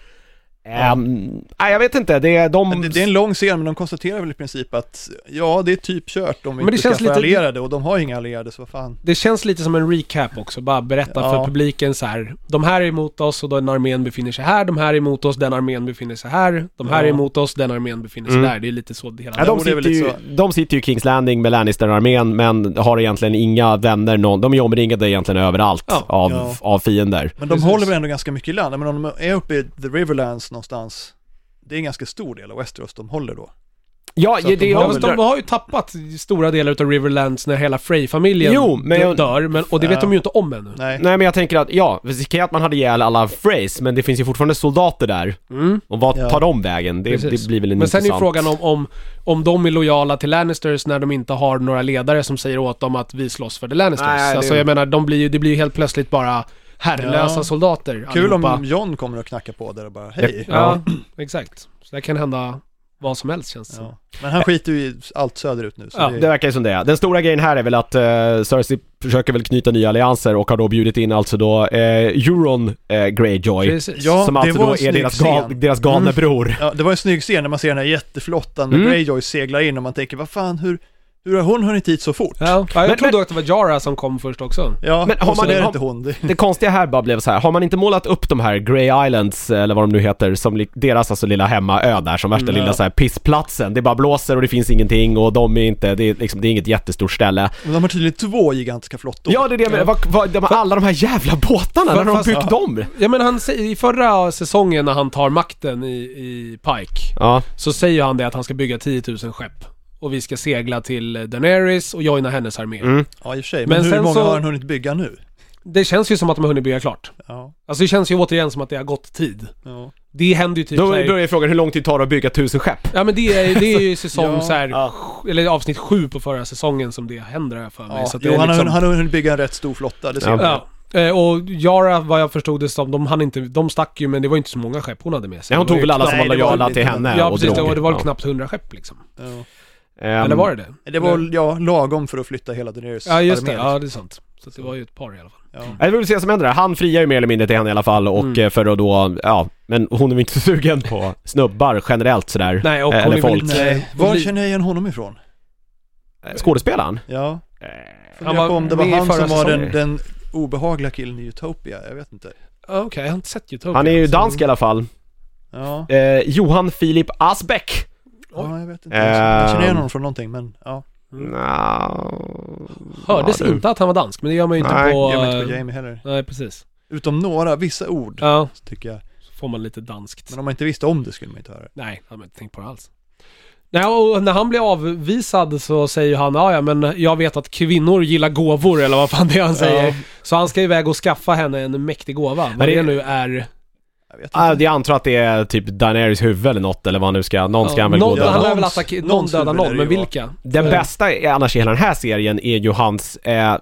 Nej, jag vet inte, det är en lång scen, men de konstaterar väl i princip att ja, det är typ kört om vi Men det inte känns ska få lite- allierade, och de har inga allierade, så vad fan. Det känns lite som en recap också. Bara berätta för publiken så här: de här är emot oss och den armén befinner sig här. De här är emot oss, den armén befinner sig här. De här är emot oss, den armén befinner sig där. Det är lite så det hela. Ja, de sitter ju i King's Landing med Lannister-armén, men har egentligen inga vänner, de är omringade egentligen överallt av fiender. Men de håller väl ändå ganska mycket land. Men om de är uppe i The Riverlands någonstans, det är en ganska stor del av Westeros de håller då. Ja, Så att det de har ju tappat stora delar av Riverlands när hela Frey-familjen dör, och det vet de ju inte om ännu. Nej. Nej, men jag tänker att, att man hade ihjäl alla Freys, men det finns ju fortfarande soldater där. Och vad tar de vägen? Det blir väl en Men sen är ju intressant frågan om de är lojala till Lannisters när de inte har några ledare som säger åt dem att vi slåss för the Lannisters. Nej, alltså jag menar, det blir ju helt plötsligt bara herrelösa soldater. Kul allihopa. om Jon kommer att knacka på där och bara hej. Ja, exakt. Så det kan hända vad som helst, känns det. Ja. Men han skiter ju i allt söderut nu. Så det verkar ju som det. Den stora grejen här är väl att Cersei försöker väl knyta nya allianser och har då bjudit in alltså då Euron Greyjoy. Precis. Ja, som det alltså var då en är snygg deras galna bror. Ja, det var en snygg scen när man ser den här jätteflottan när Greyjoy seglar in och man tänker, vad fan, hur Hur har hon hunnit hit så fort? Ja, jag trodde att det var Jara som kom först också. Ja, Men har och så man- är det har- inte hon. Det konstiga här bara blev så här, har man inte målat upp de här Grey Islands, eller vad de nu heter, som deras alltså lilla hemmaö där, som värsta lilla så här pissplatsen. Det bara blåser och det finns ingenting och de är inte, det är inget jättestort ställe. Men de har tydligen 2 gigantiska flottor. Ja, det är det, men alla de här jävla båtarna, när har de Fast- byggt dem? Ja, men han säger, i förra säsongen när han tar makten i Pike, Ja, så säger han det att han ska bygga 10 000 skepp. Och vi ska segla till Daenerys och joina hennes armé. Mm. Ja, i och för sig. Men Men hur sen många så- har han hunnit bygga nu? Det känns ju som att de har hunnit bygga klart. Ja. Alltså det känns ju återigen som att det har gått tid. Ja. Det händer ju typ då så här, är frågan hur lång tid tar det att bygga 1000 skepp? ja men det är ju säsong Ja. så här, Ja. eller avsnitt 7 på förra säsongen som det händer här för mig. Ja. Så att Jo, det är han liksom, har hunnit bygga en rätt stor flotta, det ser Ja. man. ja. Och Yara, vad jag förstod det som, de stack ju, men det var inte så många skepp hon hade med sig. Nej, hon Det var tog ju väl alla knappt- som var Nej, det var lojala lite- till henne Ja och precis, drog. och det var Ja. knappt 100 skepp liksom. Ja. Eller var det det? Det var lagom för att flytta hela Daenerys Ja just det, armé. ja det är sant. Så att det var ju ett par i alla fall. Ja. Jag vill se vad som händer där. Han friar ju mer eller mindre till henne i alla fall och för att då, ja, men hon är ju inte så sugen på snubbar generellt sådär. Nej, och hon eller är väl folk. lite- Nej, var känner jag igen honom ifrån? Skådespelaren? Ja. Han Han var på om det var med i han förra som var säsongen. den obehagliga killen i Utopia, jag vet inte. Ja, okej, jag har inte sett YouTube. Han är ju dansk i alla fall. Ja, Johan Filip Asbeck. ja jag vet inte. Jag känner igen honom från någonting, men ja. Hördes Ja, du. inte att han var dansk, men det gör man ju inte Nej, på... Jag vet inte på Jamie heller. Nej, precis. Utom några, vissa ord, Ja, tycker jag. så får man lite danskt. Men om man inte visste om det skulle man inte höra. Nej, jag har inte tänkt på det alls. Nej, och när han blir avvisad så säger han, ja men jag vet att kvinnor gillar gåvor, eller vad fan det är han säger. Ja. Så han ska iväg och skaffa henne en mäktig gåva. Vad det- det nu är... Jag vet inte. Jag antar att det är typ Daenerys huvud eller något, eller vad han nu ska, någon ska han väl någon, gå Ja, han döda. lär väl någons- attackera, någon någons döda huvud någon, är det men ju, vilka? Den bästa annars i hela den här serien är ju hans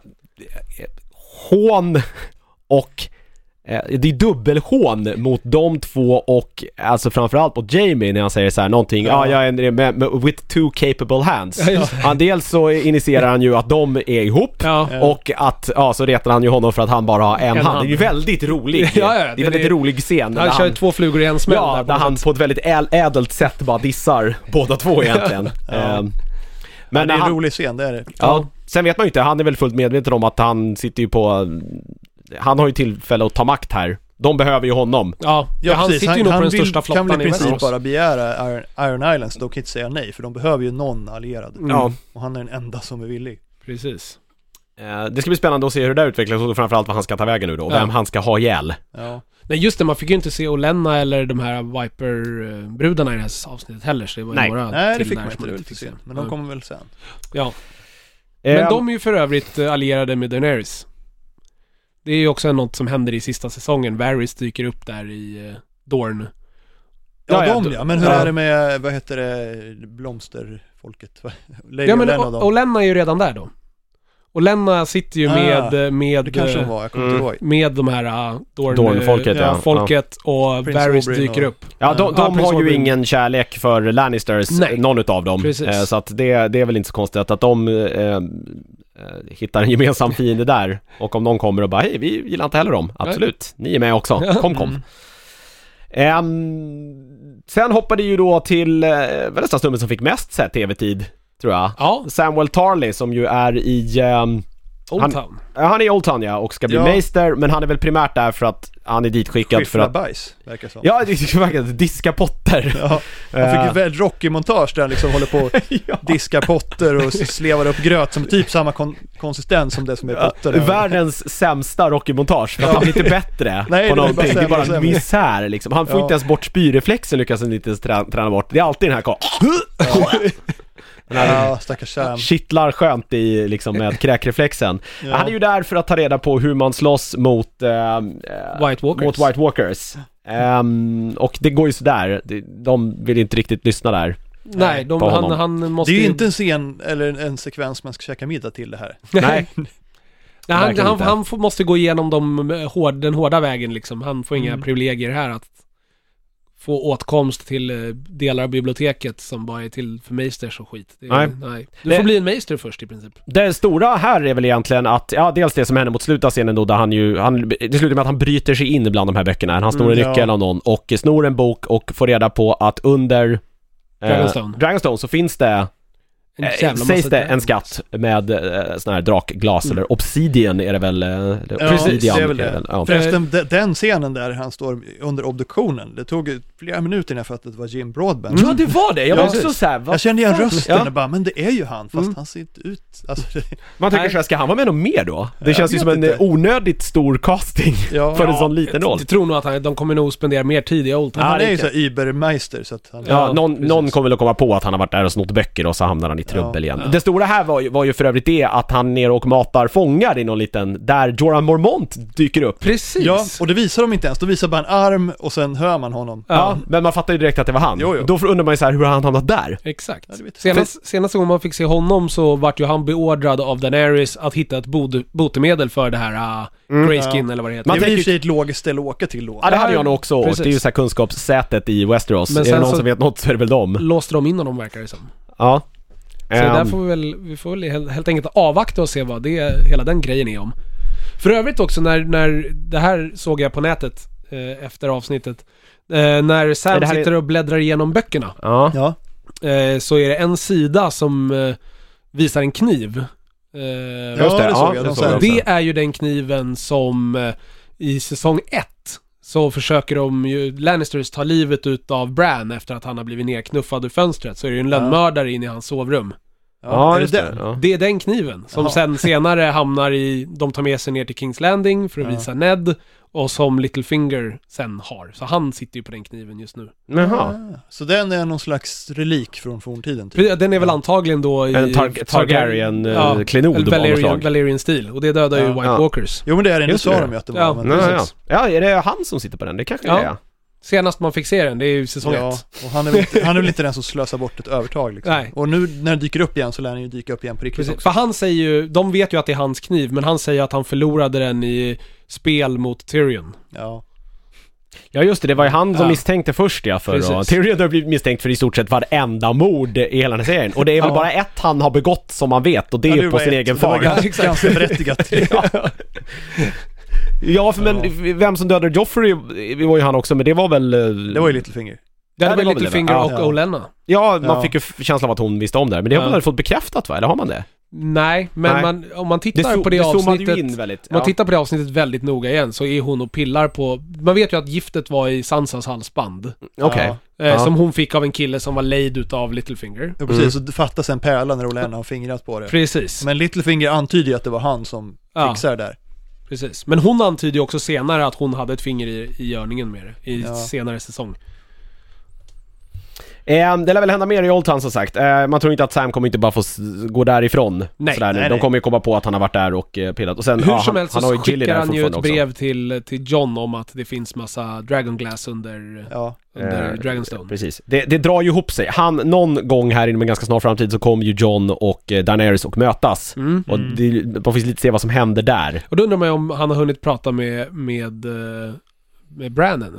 hån och det är dubbelhån mot de två och alltså framförallt mot Jamie när han säger så här någonting, Ja. jag är med with 2 capable hands. Ja, just det. Han, dels så initierar han ju att de är ihop Ja. och att, så retar han ju honom för att han bara har en hand. Det är ju väldigt rolig. Ja, det är en det väldigt är- rolig scen. där Han kör 2 flugor i en smäll Ja, där något han sätt. på ett väldigt ädelt sätt bara dissar båda två egentligen. Men Men det är en han, rolig scen, det är det. ja, sen vet man ju inte, han är väl fullt medveten om att han sitter ju på, han har ju tillfälle att ta makt här. De behöver ju honom. Ja, han precis. sitter ju nog på den vill- största kan flottan väl i i princip Westeros. bara begära Iron Islands, de kan inte säga nej, för de behöver ju någon allierad. Ja. Och han är den enda som är villig. Precis. Det ska bli spännande att se hur det där utvecklas och framförallt vad han ska ta vägen nu då. Ja. Vem han ska ha ihjäl. Ja. Nej just det, man fick ju inte se Olenna eller de här Viper-brudarna i det här avsnittet heller, så det var ju Nej. några Nej, det till fick där man som inte, det var fick lite se. synd. Men de kommer väl sen. Ja. Men Eh, de är ju för övrigt allierade med Daenerys. Det är ju också något som händer i sista säsongen. Varys dyker upp där i Dorne. Ja, Ja, de ja. ja. Men hur Ja. är det med, vad heter det, blomsterfolket? Lady Ja men Olenna och dem. Olenna är ju redan där då. Olenna sitter ju med Det kanske hon var, jag kommer inte ihåg. med de här Dorne-folket, ja. folket och Prins Varys Oberyn dyker och- upp. Ja, de Ja, har Prince ju Oberyn. ingen kärlek för Lannisters, Nej. någon utav dem. Precis. Så att det är väl inte så konstigt att de hittar en gemensam fiende där. Och om någon kommer och bara, hej, vi gillar inte heller dem. Absolut, ni är med också. Kom. Sen hoppade ju då till väl nästan snubben som fick mest sett tv-tid, tror jag. Ja, Samuel Tarly som ju är i... Old Town. han är i Old Town, ja, och ska bli Ja. Meister, men han är väl primärt där för att han är ditskickad för Skiffla att... bajs, verkar som. Ja, det är verkligen diska potter. Ja, han fick ju väldigt Rocky-montage där han liksom håller på att diska potter och slevar upp gröt som är typ samma konsistens som det som är potter. där. Världens sämsta Rocky-montage, för att han blir inte bättre Nej, på det är bara någonting. Det är sämre bara och sämre. misär liksom. Han får Ja. inte ens bort spyreflexen, lyckas han inte ens träna bort. Det är alltid den här den här Ja, stackars Sam. kittlar skönt i liksom med kräkreflexen. Ja. Han är ju där för att ta reda på hur man slåss mot White Walkers. mot White Walkers. Och det går ju sådär. De vill inte riktigt lyssna där. Nej, på honom. han måste Det är ju inte en scen eller en sekvens man ska käka middag till det här. Nej. Nej, han, verkligen inte. måste gå igenom den hårda vägen liksom. Han får inga privilegier här att få åtkomst till delar av biblioteket som bara är till för meisters och skit. Nej. Du får bli en meister först i princip. Det stora här är väl egentligen att, ja, dels det som händer mot slutet av scenen då, där det slutar med att han bryter sig in bland de här böckerna. Han snor en ja. nyckel av någon och snor en bok och får reda på att under Dragonstone. Dragonstone så finns det Sägs det en skatt med sån här drakglas eller obsidian är det väl? Obsidian, det är väl det. Ja. Förresten, den scenen där han står under obduktionen, det tog flera minuter innan jag fattade att det var Jim Broadbent. Ja, det var det. Jag var också så här, jag kände igen rösten och bara, men det är ju han, fast han ser inte ut. Alltså, man tänker så här, ska han vara med något mer då? Det känns ju som en onödigt stor casting för en sån liten roll. Jag tror nog att de kommer nog spendera mer tid i Old Town. Han är ju så Übermeister så att han... någon kommer väl att komma på att han har varit där och snott böcker och så hamnar han i trubbel igen. Det stora här var ju för övrigt det att han ner och matar fångar i någon liten, där Jorah Mormont dyker upp. Precis. Ja, och det visar de inte ens. De visar bara en arm och sen hör man honom. Ja, men man fattar ju direkt att det var han. Jo. Då undrar man ju så här, hur har han hamnat där? Exakt. Senaste gången man fick se honom så vart ju han beordrad av Daenerys att hitta ett botemedel för det här Grayskin eller vad det heter. Det är i och för sig ett logiskt ställe att åka till då. Ja, det hade jag nog också. Och det är ju så här kunskapssätet i Westeros. Men är det någon som vet något så är det väl dem. Låste de in honom, verkar det som. Ja. Så där får vi får väl helt enkelt avvakta och se vad hela den grejen är om. För övrigt också, när det här såg jag på nätet efter avsnittet, när Sam sitter och bläddrar igenom böckerna, så är det en sida som visar en kniv. Det är ju den kniven som i säsong 1 så försöker de ju Lannisters ta livet ut av Bran efter att han har blivit nerknuffad ur fönstret. Så är det ju en lönnmördare in i hans sovrum. Ja, det är den kniven som sen senare hamnar de tar med sig ner till King's Landing för att visa Ned, och som Littlefinger sen har. Så han sitter ju på den kniven just nu. Så den är någon slags relik från forntiden typ. Den är väl antagligen då i en Targaryen-klenod Valerian stil. Och det dödar ju White Walkers. Jo, men det är det. Nu sa de ju att det var. Ja, är det han som sitter på den? Det kanske det är. Senast man fick se den, det är ju säsong 1. Och han är väl inte den som slösar bort ett övertag liksom. Nej. Och nu när det dyker upp igen så lär den ju dyka upp igen på riktigt också. För han säger ju, de vet ju att det är hans kniv, men han säger att han förlorade den i spel mot Tyrion. Ja, just det var ju han som misstänkte först för Tyrion har blivit misstänkt för i stort sett varenda mord i hela den här serien. Och det är väl bara ett han har begått som man vet, och det är på sin egen far. Ganska berättigat. Ja, men vem som dödade Joffrey var ju han också, men det var väl... Det var ju Littlefinger. Det var Littlefinger och Olenna. Ja, man fick ju känslan av att hon visste om det, men det har man väl fått bekräftat, va? Eller har man det? Nej, men om man tittar på det avsnittet, man tittar på det avsnittet väldigt noga igen, så är hon och pillar på, man vet ju att giftet var i Sansas halsband. Som hon fick av en kille som var lejd utav Littlefinger. Ja, precis, så det fattas en pärla när Olenna har fingrat på det. Precis. Men Littlefinger antyder ju att det var han som fixar det där. Precis, men hon antyder ju också senare att hon hade ett finger i görningen med det i senare säsong. Det lär väl hända mer i Old Town, som sagt. Man tror inte att Sam kommer inte bara få gå därifrån. Nej. De kommer ju komma på att han har varit där och pillat. Och sen, hur som helst han så har ju skickar han ju ett brev till John om att det finns massa Dragonglass under Dragonstone. Precis. Det drar ju ihop sig. Någon gång här inom en ganska snar framtid så kommer ju John och Daenerys och mötas. Och man får lite se vad som händer där. Och då undrar man om han har hunnit prata med Bran ännu.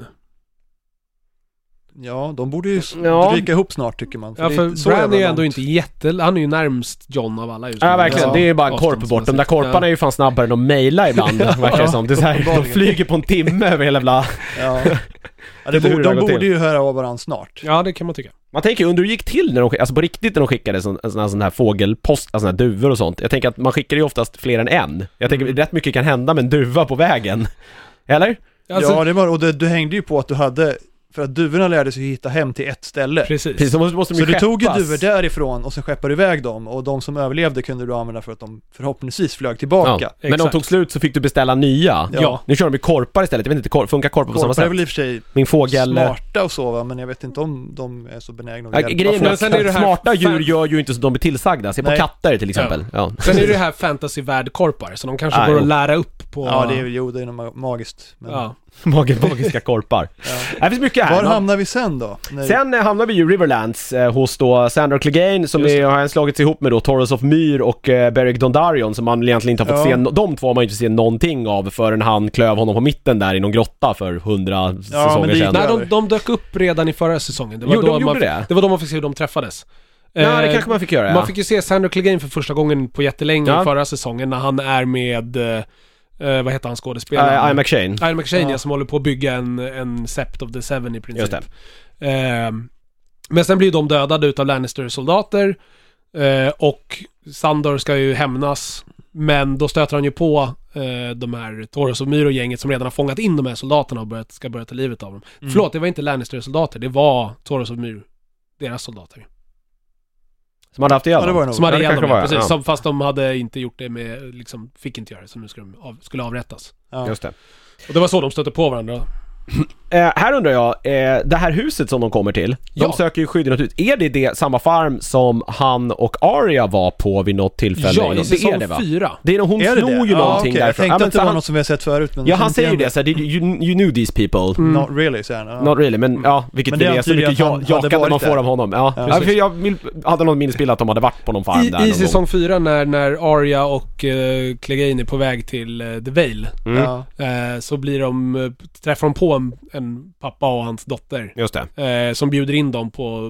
Ja, de borde ju dyka ihop snart, tycker man. För Bran är ju ändå inte han är ju närmst John av alla just nu. Ja, verkligen. Det är ju bara en korp bort. De där korparna är ju fan snabbare än de mejlar ibland, verkar det som. Det är så här, de flyger på en timme över hela jävla... De borde ju höra av varandra snart. Ja, det kan man tycka. Man tänker ju, under det gick till när alltså på riktigt när de skickade sån här fågelpost, alltså såna här duvor och sånt. Jag tänker att man skickar ju oftast fler än en. Jag tänker rätt mycket kan hända med en duva på vägen. Eller? Alltså, ja, det var, och du hängde ju på att du hade... För att duvorna lärde sig hitta hem till ett ställe. Precis. Så måste de du tog ju duvor därifrån och sen skeppade iväg dem. Och de som överlevde kunde du använda för att de förhoppningsvis flög tillbaka. Ja, men de tog slut så fick du beställa nya. Ja. Nu kör de med korpar istället. Jag vet inte, funkar korpar på samma sätt? Korpar är väl i och för sig min fågel... smarta och så, va? Men jag vet inte om de är så benägna att hjälpa. Sen är det här smarta djur gör ju inte så de är tillsagda. Se på katter till exempel. Ja. Sen är det här fantasy-värld-korpar. Så de kanske går att lära upp på... Ja, det är nog magiskt. Men... Ja. Magiska korpar. Det finns mycket här. Var hamnar vi sen då? Sen hamnar vi ju Riverlands hos då Sandor Clegane som har slagits ihop med då Torres of Myr och Beric Dondarrion, som man egentligen inte har fått se. De två har man inte se någonting av förrän han klöv honom på mitten där i någon grotta för 100 säsonger sedan. Nej, de dök upp redan i förra säsongen. Det var det var då man fick se hur de träffades. Ja, det kanske man fick göra. Man fick ju se Sandor Clegane för första gången på jättelänge i förra säsongen när han är med... vad heter han skådespelaren? Ian McShane. Ian McShane, som håller på att bygga en Sept of the Seven i princip. Just det. Men sen blir de dödade utav Lannister-soldater. Och Sandor ska ju hämnas, men då stöter han ju på de här Thoros of Myr-gänget som redan har fångat in de här soldaterna och ska börja ta livet av dem. Förlåt, det var inte Lannister-soldater, det var Thoros of Myr, deras soldater. Som hade haft ihjäl Ja, det var det nog. Som hade ihjäl dem, var, precis. ja. Som, fast de hade inte gjort det med, liksom, fick inte göra det, så nu skulle avrättas. Ja. Just det. Och det var så de stötte på varandra. Här undrar jag, det här huset som de kommer till, de Ja. söker ju skydd ut. Är det samma farm som han och Arya var på vid något tillfälle? Ja, i det är säsong det, va? 4. Det är nog, hon Är det slog det? ju någonting okej. Jag därifrån. tänkte att det var han, något som vi har sett förut. Men ja, han kände säger ju igen det, så här, you knew these people. Not really, säger han. Ja. Not really, men ja, vilket Men det det är så antyder mycket att han hade jakande man varit får där. av honom. Ja, Ja, ja, för jag hade någon minnesbild att de hade varit på någon farm där I någon säsong 4 när Arya och Clegane är på väg till The Vale, gång. Ja. så träffar de på en pappa och hans dotter Just det. som bjuder in dem på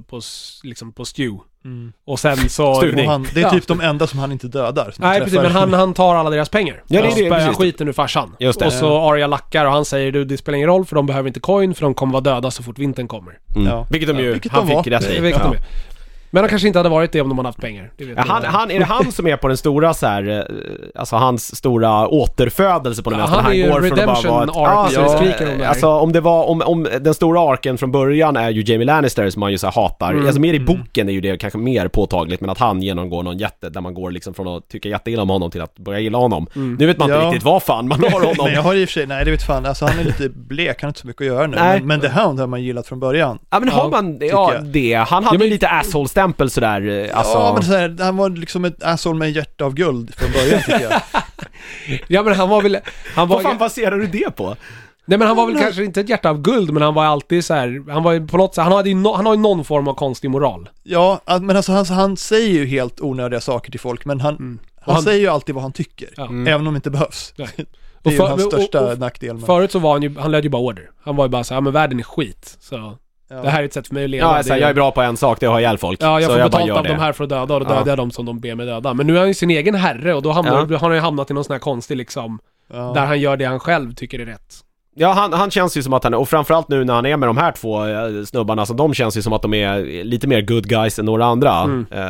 stew. Mm. Och sen så... Stuvning. Och det är typ de enda som han inte dödar. Nej, precis, men han tar alla deras pengar. Ja, det är och det, spärrar precis. skiten ur farsan. Just det. Och så Arya lackar och han säger, det spelar ingen roll för de behöver inte coin, för de kommer vara döda så fort vintern kommer. Ja. Vilket de ju, Vilket han de var. fick rätt i. Vet Ja. de. Men han kanske inte hade varit det om de hade haft pengar. Det vet Ja, är det han som är på den stora så här, alltså hans stora återfödelse på den Ja, vänster? han är ju går från att redemption bara vara arc, så det skriker om det här. alltså om det var, om den stora arken från början är ju Jaime Lannister som man ju så här hatar. Alltså mer i boken är ju det kanske mer påtagligt, men att han genomgår någon där man går liksom från att tycka jätteilla om honom till att börja gilla honom. Nu vet man inte Ja. riktigt vad fan man har honom. Men jag har i och för sig, nej det vet fan, alltså han är lite blek, han har inte så mycket att göra nu. Nej. Men The Hound har man gillat från början. Ja, men har man jag. det? Han hade ju lite asshole-stämpel sådär. Alltså, Ja, men så här, han var liksom ett asshole med hjärta av guld från början tycker jag. Ja, men han var väl... vad fan baserar du det på? Nej, men han var väl kanske inte ett hjärta av guld, men han var alltid så här. Han var ju på något sätt, han har ju någon form av konstig moral. Ja, men alltså han säger ju helt onödiga saker till folk, men han säger ju alltid vad han tycker. Ja. Även om det inte behövs. Nej. Det är ju för- hans största och- nackdel. Men, Förut så var han led ju bara order. Han var ju bara så här, ja men världen är skit. Så ja. det här är ett sätt för mig att leva. Ja, Det alltså, är- jag är bra på en sak, det är att ha ihjäl folk. Ja, jag så får jag bara betalt gör av det. de här för att döda, och då Ja. dödar jag dem som de ber mig döda. Men nu är han ju sin egen herre, och då har han ju hamnat i någon sån här konstig liksom, Ja. där han gör det han själv tycker är rätt. Ja, han känns ju som att han, och framförallt nu när han är med de här två snubbarna, så de känns ju som att de är lite mer good guys än några andra.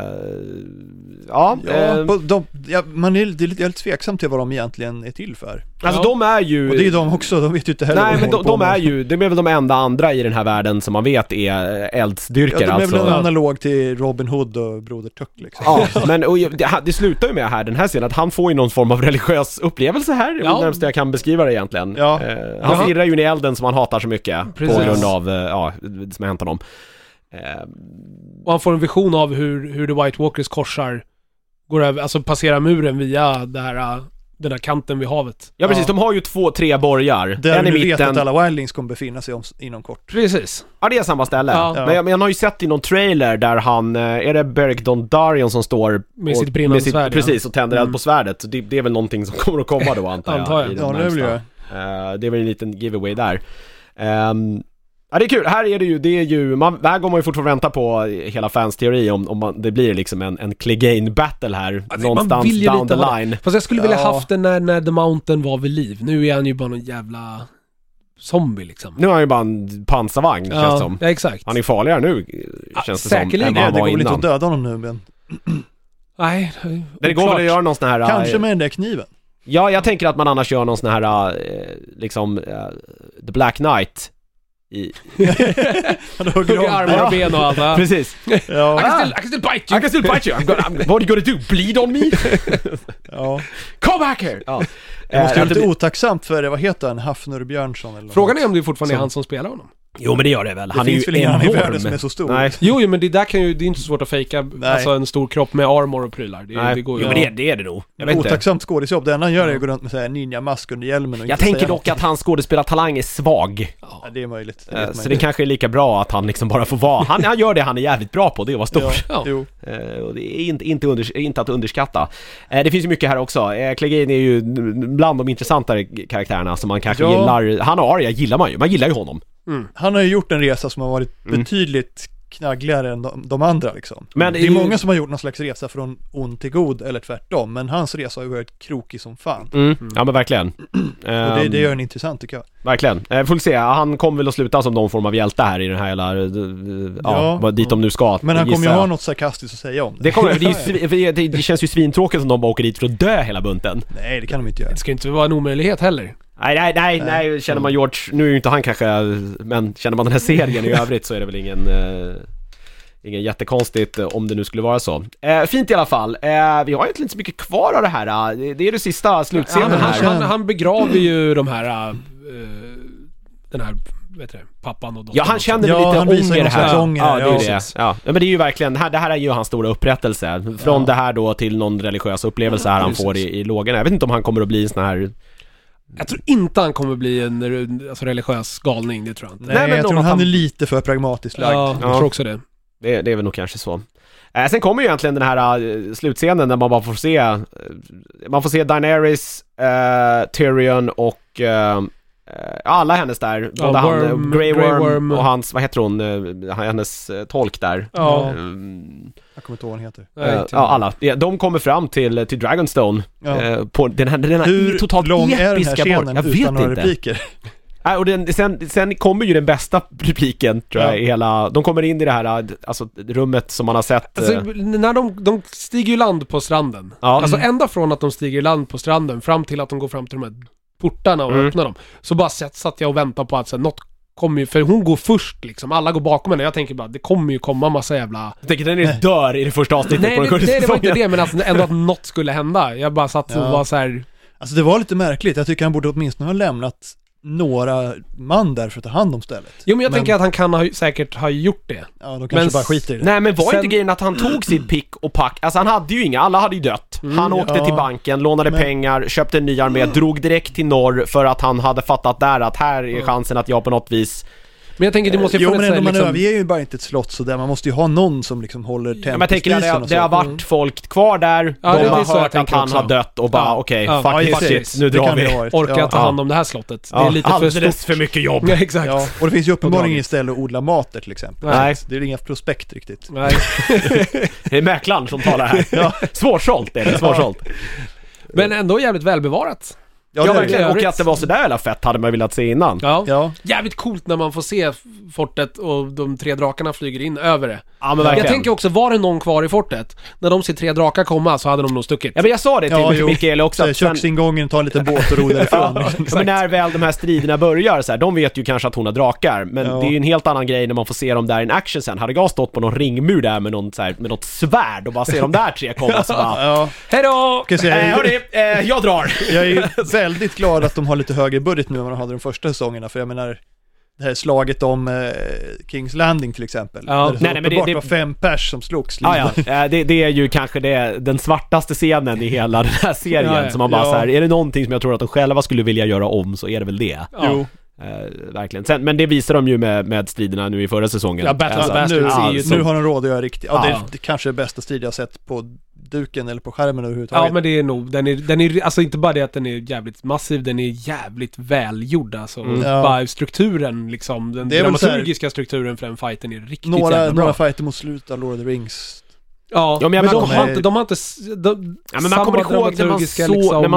Ja, det är lite tveksam till vad de egentligen är till för. Alltså Ja. de är ju... Och det är ju de också, de vet ju inte heller Nej, vad men håller på de med. är ju, de är väl de enda andra i den här världen som man vet är eldsdyrkare. Ja, de är alltså. väl en analog till Robin Hood och Broder Tuck liksom. Ja, men och det slutar ju med här, den här scenen, att han får ju någon form av religiös upplevelse här, det är Ja. det närmaste jag kan beskriva det egentligen. Ja. Han Ja. firrar ju i elden som han hatar så mycket, Precis. på grund av, som har hänt honom. Och han får en vision av hur The White Walkers korsar, går över, alltså passerar muren via den här kanten vid havet. Ja precis, Ja. de har ju 2-3 borgar. Där En i vi vet mitten. att alla wildlings kommer befinna sig inom kort. Precis. Ja, det är samma ställe. Ja. Men jag har ju sett i någon trailer där han, är det Beric Dondarrion som står Med sitt brinnande svärd, ja. precis, och tänder eld på svärdet. Så det är väl någonting som kommer att komma då, antar jag. Antar jag. I den Ja, det är väl närmsta. det. Det är väl en liten giveaway där. Ja, det är kul. Här är det ju, här går man ju fortfarande vänta på hela fans teori om det blir liksom en Clegane battle här, Alltså, någonstans man vill ju down lite the ha det. line. Fast jag skulle vilja Ja. haft det när The Mountain var vid liv. Nu är han ju bara någon jävla zombie liksom. Nu har han ju bara en pansarvagn, känns det som. Ja, exakt. Han är farligare nu, känns det som, säkerligen. än vad han Det var går väl inte innan. att döda honom nu, men Nej, Det går väl att göra någon sån här... kanske med den där kniven. Ja, jag tänker att man annars gör någon sån här The Black Knight i... Han hugger hugger av. armar och ben och allt. Ja. Precis. Ja. I can still bite you. I can still bite you. What are you gonna do? Bleed on me? Ja. Come back here! Ja. Det måste vara att det lite blir- otacksamt för det, vad heter han? Hafnur Björnsson eller Frågan något. är om det fortfarande är Som- han som spelar honom. Jo, men det gör det väl. Det Han är finns ju väl ingen annan i världen enorm. som är så stor. Nej. Jo, men det där det är inte så svårt att fejka Nej. alltså en stor kropp med armor och prylar. Nej. Det går Jo, ju. men det är det nog. Jag vet inte. Otacksamt skådisjobb. Det enda han gör är att gå runt med så här ninja-mask under hjälmen och Jag inte tänker säga dock att hans skådespelartalang är svag. Ja, det är möjligt. Det vet man Så ju. det kanske är lika bra att han liksom bara får vara. Han gör det han är jävligt bra på, det är att vara stor. Ja. Jo. Och det är inte att underskatta. Det finns ju mycket här också. Clegane är ju bland de intressantare karaktärerna som man kanske Ja. gillar. Han och Arya gillar man ju. Man gillar ju honom. Han har ju gjort en resa som har varit betydligt knaggligare än de andra liksom. Men det är många som har gjort någon slags resa från ond till god eller tvärtom, men hans resa har ju varit krokig som fan. Ja men verkligen. Och det gör den intressant tycker jag. Verkligen. Får se, han kommer väl att sluta som någon form av hjälte här i den här hela, dit de nu ska. Men han kommer ju ha något sarkastiskt att säga om det. Det känns ju svintråkigt som de bara åker dit för att dö hela bunten. Nej, det kan de inte göra. Det ska inte vara en omöjlighet heller. Nej, känner man George, nu är ju inte han kanske, men känner man den här serien i övrigt så är det väl ingen jättekonstigt om det nu skulle vara så. Fint i alla fall. Vi har egentligen inte så mycket kvar av det här. Det är det sista slutscenen här. Han begraver ju de här den här, vet du, pappan och dottern. Ja, han känner lite ånger här. Ja, det är det. Ja, men det är ju verkligen, det här är ju hans stora upprättelse. Från det här då till någon religiös upplevelse här han får i lågorna. Jag vet inte om han kommer att bli en sån här... Jag tror inte han kommer bli en religiös galning, det tror jag inte. Nej, men jag tror han är lite för pragmatiskt lagd. Ja, jag tror också det. Det är väl nog kanske så. Sen kommer ju egentligen den här slutscenen där man bara får se Daenerys, Tyrion och alla hennes där. Både han, Grey Worm och hans, vad heter hon, hennes tolk där. Ja. Jag kommer inte ihåg vad han heter. Alla. De kommer fram till Dragonstone. På den här hur totalt lång episka är den här scenen jag utan vet några inte. repliker? Och sen kommer ju den bästa repliken tror jag i hela... De kommer in i det här alltså, rummet som man har sett... Alltså, när de stiger i land på stranden. Ja. Alltså ända från att de stiger i land på stranden fram till att de går fram till de här portarna och öppnar dem. Så bara satt jag och väntade på att så, något kommer ju... För hon går först liksom. Alla går bakom henne. Jag tänker bara, det kommer ju komma massa jävla... Jag tänker den är dör i det första avsnittet på den första Nej, det var inte det. Men alltså, ändå att något skulle hända. Jag bara satt och var så här... Alltså det var lite märkligt. Jag tycker han borde åtminstone ha lämnat några man där för att ta hand om stället. Jo, men jag tänker att han kan säkert ha gjort det. Ja, de kanske bara skiter i det. Nej, men var inte grejen att han tog sitt pick och pack? Alltså han hade ju inga, alla hade ju dött. Han åkte till banken, lånade pengar, köpte en ny armé, drog direkt till norr för att han hade fattat där att här är chansen att jag på något vis... Men jag tänker det måste ju jo, men ändå man överger ju bara inte ett slott så där. Man måste ju ha någon som liksom håller tempot i spisen och så. Det har varit folk kvar där. Ja, de har hört att han har dött och bara fuck shit, nu drar vi. Orkar ta hand om det här slottet. Det är lite alldeles för mycket jobb. Ja, exakt. Ja, och det finns ju uppenbarligen inget ställe att odla mater till exempel. Nej. Det är inga prospekt riktigt. Nej. Det är mäklaren som talar här. Svårsålt är det, svårsålt. Men ändå jävligt välbevarat. Ja, verkligen. Och att det var så där jävla fett hade man velat se innan. Ja. Jävligt coolt när man får se fortet och de 3 drakarna flyger in över det. Ja, men verkligen. Jag tänker också, var det någon kvar i fortet? När de ser 3 drakar komma så hade de nog stuckit. Ja, men jag sa det till Mikael också. Köksingången, tar en liten båt och ro därifrån. Men när väl de här striderna börjar så här, de vet ju kanske att hon har drakar. Men det är ju en helt annan grej när man får se dem där i en action sen. Hade jag stått på någon ringmur där med något svärd och bara se de där 3 komma så bara... Hejdå! Hörni, jag drar. Jag är ju väldigt glad att de har lite högre budget nu än vad de hade de första säsongerna. För jag menar, det här slaget om Kings Landing till exempel. Ja. Där det var 5 pers som slogs. Det är ju kanske den svartaste scenen i hela den här serien. Som man bara så här, är det någonting som jag tror att de själva skulle vilja göra om så är det väl det. Jo. Verkligen. Sen, men det visar de ju med striderna nu i förra säsongen. Ja, nu har de råd att göra riktigt. Ja, det kanske är bästa strid jag sett på duken eller på skärmen överhuvudtaget. Ja, men det är nog, den är alltså inte bara det att den är jävligt massiv, den är jävligt välgjord alltså. Bara strukturen liksom, den dramaturgiska strukturen för den fighten är riktigt jävla bra. Några fighter mot slutet av Lord of the Rings. Ja, men de har inte men man kommer ihåg när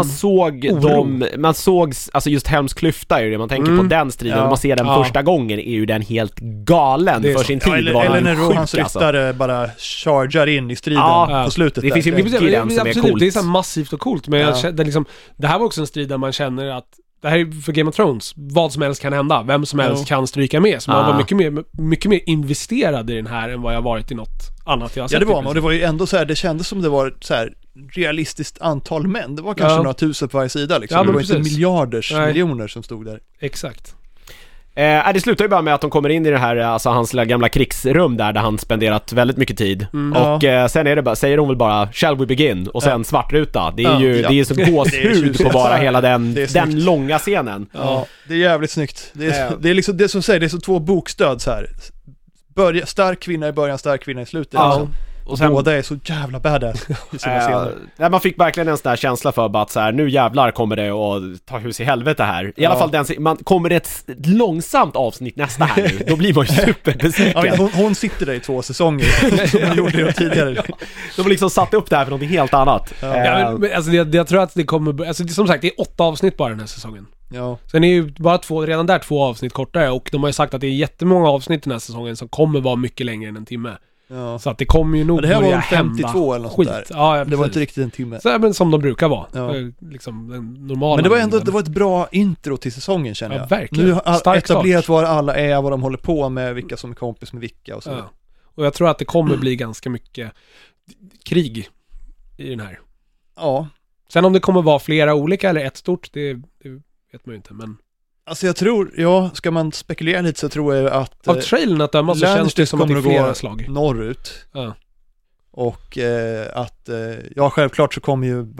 man såg alltså just Helms klyfta är ju det man tänker på den striden. När man ser den första gången är ju den helt galen för sin tid. Eller när Rohans ryttare bara chargear in i striden på slutet. Det finns ju mycket i den som är coolt. Det är så massivt och coolt, men det här var också en strid där man känner att det här är för Game of Thrones. Vad som helst kan hända. Vem som helst kan stryka med. Så man var mycket mer investerad i den här än vad jag varit i något annat jag har sett. Ja, det var man. Och det var ju ändå så här, det kändes som det var så här realistiskt antal män. Det var kanske några tusen på varje sida liksom. Ja, det var inte miljoner som stod där. Exakt. Det slutar ju bara med att de kommer in i det här, alltså hans gamla krigsrum där han spenderat väldigt mycket tid. Och sen är det bara, säger hon väl bara shall we begin? Och sen svartruta. Det är ju det är så gåshud på bara hela den långa scenen. Ja, det är jävligt snyggt. Det är liksom det som säger, det är så 2 bokstöd så här. Stark kvinna i början, stark kvinna i slutet. Och sen, båda är så jävla badass i sina scener. man fick verkligen en sån där känsla för bara att så här, nu jävlar kommer det att ta hus i helvete här. I alla fall man kommer ett långsamt avsnitt nästa här nu. Då blir man ju superbesviken. Ja, hon sitter där i 2 säsonger som hon gjorde det tidigare. De har liksom satt upp det här för något helt annat. Ja, men, alltså, jag tror att det kommer... Alltså, som sagt, det är 8 avsnitt bara den här säsongen. Ja. Sen är ju bara redan där 2 avsnitt kortare. Och de har ju sagt att det är jättemånga avsnitt den här säsongen som kommer vara mycket längre än en timme. Ja. Så att det kommer ju nog det här börja var 52 eller något skit. där. Ja, Det var inte riktigt en timme. så, men som de brukar vara. Ja. Liksom den normala. Men det var ändå det var ett bra intro till säsongen, känner jag. Verkligen. Nu har Stark etablerat start. vad alla är, vad de håller på med, vilka som är kompis med vilka och så. Ja. Och jag tror att det kommer bli ganska mycket krig i den här. Ja. Sen om det kommer vara flera olika eller ett stort, det vet man ju inte. Men Alltså jag tror, ska man spekulera lite så tror jag att av trailern att döma så känns det som att det är flera slag. Norrut. Ja. Och självklart så kommer ju,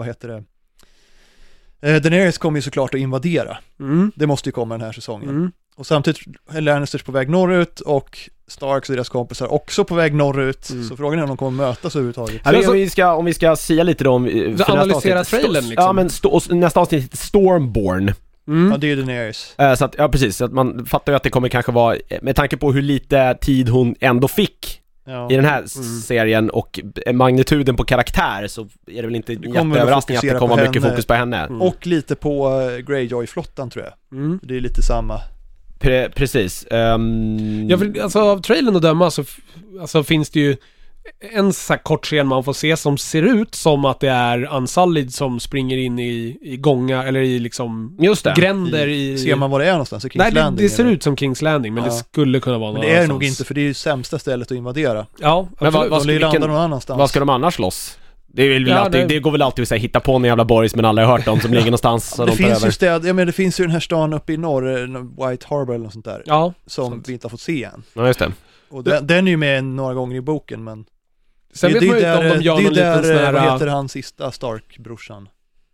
Daenerys kommer ju såklart att invadera. Det måste ju komma den här säsongen. Och samtidigt är Lannisters på väg norrut och Starks och deras kompisar också på väg norrut. Så frågan är om de kommer mötas överhuvudtaget. Ja, om vi ska säga lite då om... analysera trailern liksom. Ja, men nästa avsnitt heter Stormborn. Ja, det är ju Daenerys. Så att, ja, precis. Så att man fattar ju att det kommer kanske vara, med tanke på hur lite tid hon ändå fick i den här serien och magnituden på karaktär, så är det väl inte en jätteöverraskning att det kommer vara mycket fokus på henne. Och lite på Greyjoy-flottan tror jag. Det är lite samma. Precis. Alltså av trailern att döma så finns det ju en så här kort scen man får se som ser ut som att det är Unsullied som springer in i gångar eller i liksom gränder i... Ser man var det är någonstans? Kings Landing? Det ser ut som Kings Landing, men det skulle kunna vara någon annanstans. Men det är nog inte, för det är ju sämsta stället att invadera. Ja, men vad ska de annars slåss? Det, är väl alltid, det går väl alltid att säga, hitta på en jävla borgs men alla har hört om som ligger någonstans. Så det finns ju städer, det finns ju den här stan uppe i norr, White Harbor eller något sånt där. Ja, som vi inte har fått se än. Ja, just det. Och den är ju med några gånger i boken, men sen vet man ju inte om de gör någon liten sån här... Vad heter han sista Stark-brorsan?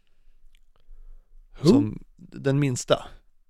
Som den minsta.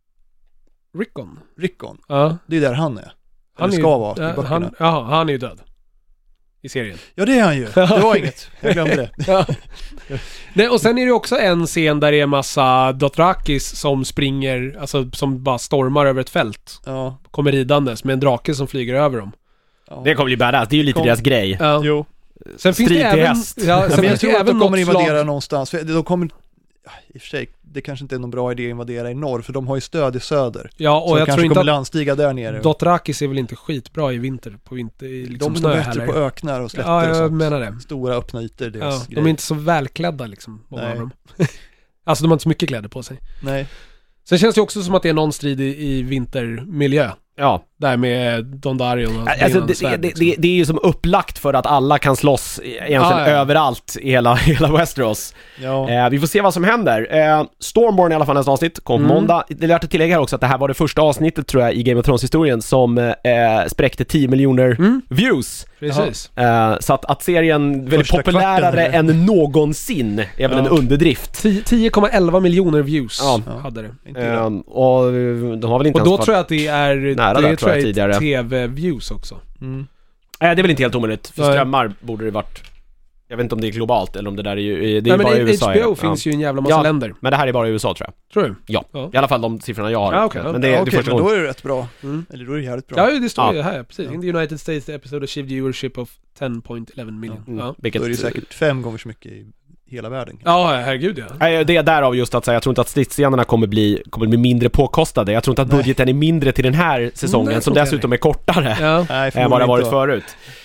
Rickon. Ja. Det är där han är. Han ska vara i böckerna. Han är ju död. I serien. Ja, det är han ju. Det var inget. Jag glömde det. Ja. Nej, och sen är det också en scen där det är massa Dothrakis som springer, alltså som bara stormar över ett fält. Ja. Kommer ridandes med en drake som flyger över dem. Ja. Det kommer bli badass. Det är ju lite deras grej. Ja. Jo. Sen finns det även... Ja, sen jag tror att de kommer invadera slag... någonstans. För de kommer... I och för sig, det kanske inte är någon bra idé att invadera i norr, för de har ju stöd i söder. Ja, och så jag kanske tror inte kommer att landstiga där nere. Dothrakis är väl inte skitbra i vinter, liksom de är snö bättre heller. på öknar och slätter och sånt. jag menar det. Stora öppna ytor, deras de är inte så välklädda liksom, många av dem. Alltså de har inte så mycket kläder på sig. Nej. Sen känns det också som att det är någon strid i vintermiljö. Ja. Där med Dondarrion och alltså det är ju som upplagt för att alla kan slåss egentligen överallt i hela Westeros. Ja. Vi får se vad som händer. Stormborn i alla fall nästa avsnitt kom på måndag. Det är värt att tillägga här också att det här var det första avsnittet tror jag i Game of Thrones-historien som spräckte 10 miljoner views. Precis. Så att serien väldigt populärare än någonsin är väl en underdrift. 10,11 miljoner views hade det. Och de har väl inte och då tror jag att det är nära där, tror jag tidigare. TV-views också. Det är väl inte helt omöjligt. För strömmar borde det varit... Jag vet inte om det är globalt eller om det där är ju... Det är bara USA. HBO finns ju en jävla massa länder. Men det här är bara i USA tror jag. Tror du? Ja. I alla fall de siffrorna jag har. Okay. Men det är första gången. Då är det rätt bra. Eller då är det jävligt bra. Ja, det står ju här. Precis. In the United States, the episode achieved viewership of 10.11 million. Vilket, då är det säkert 5 gånger så mycket i hela världen. Ja, herregud Det är därav just att säga, jag tror inte att stridsscenerna kommer bli mindre påkostade. Jag tror inte att budgeten är mindre till den här säsongen som dessutom är kortare än vad det har varit förut.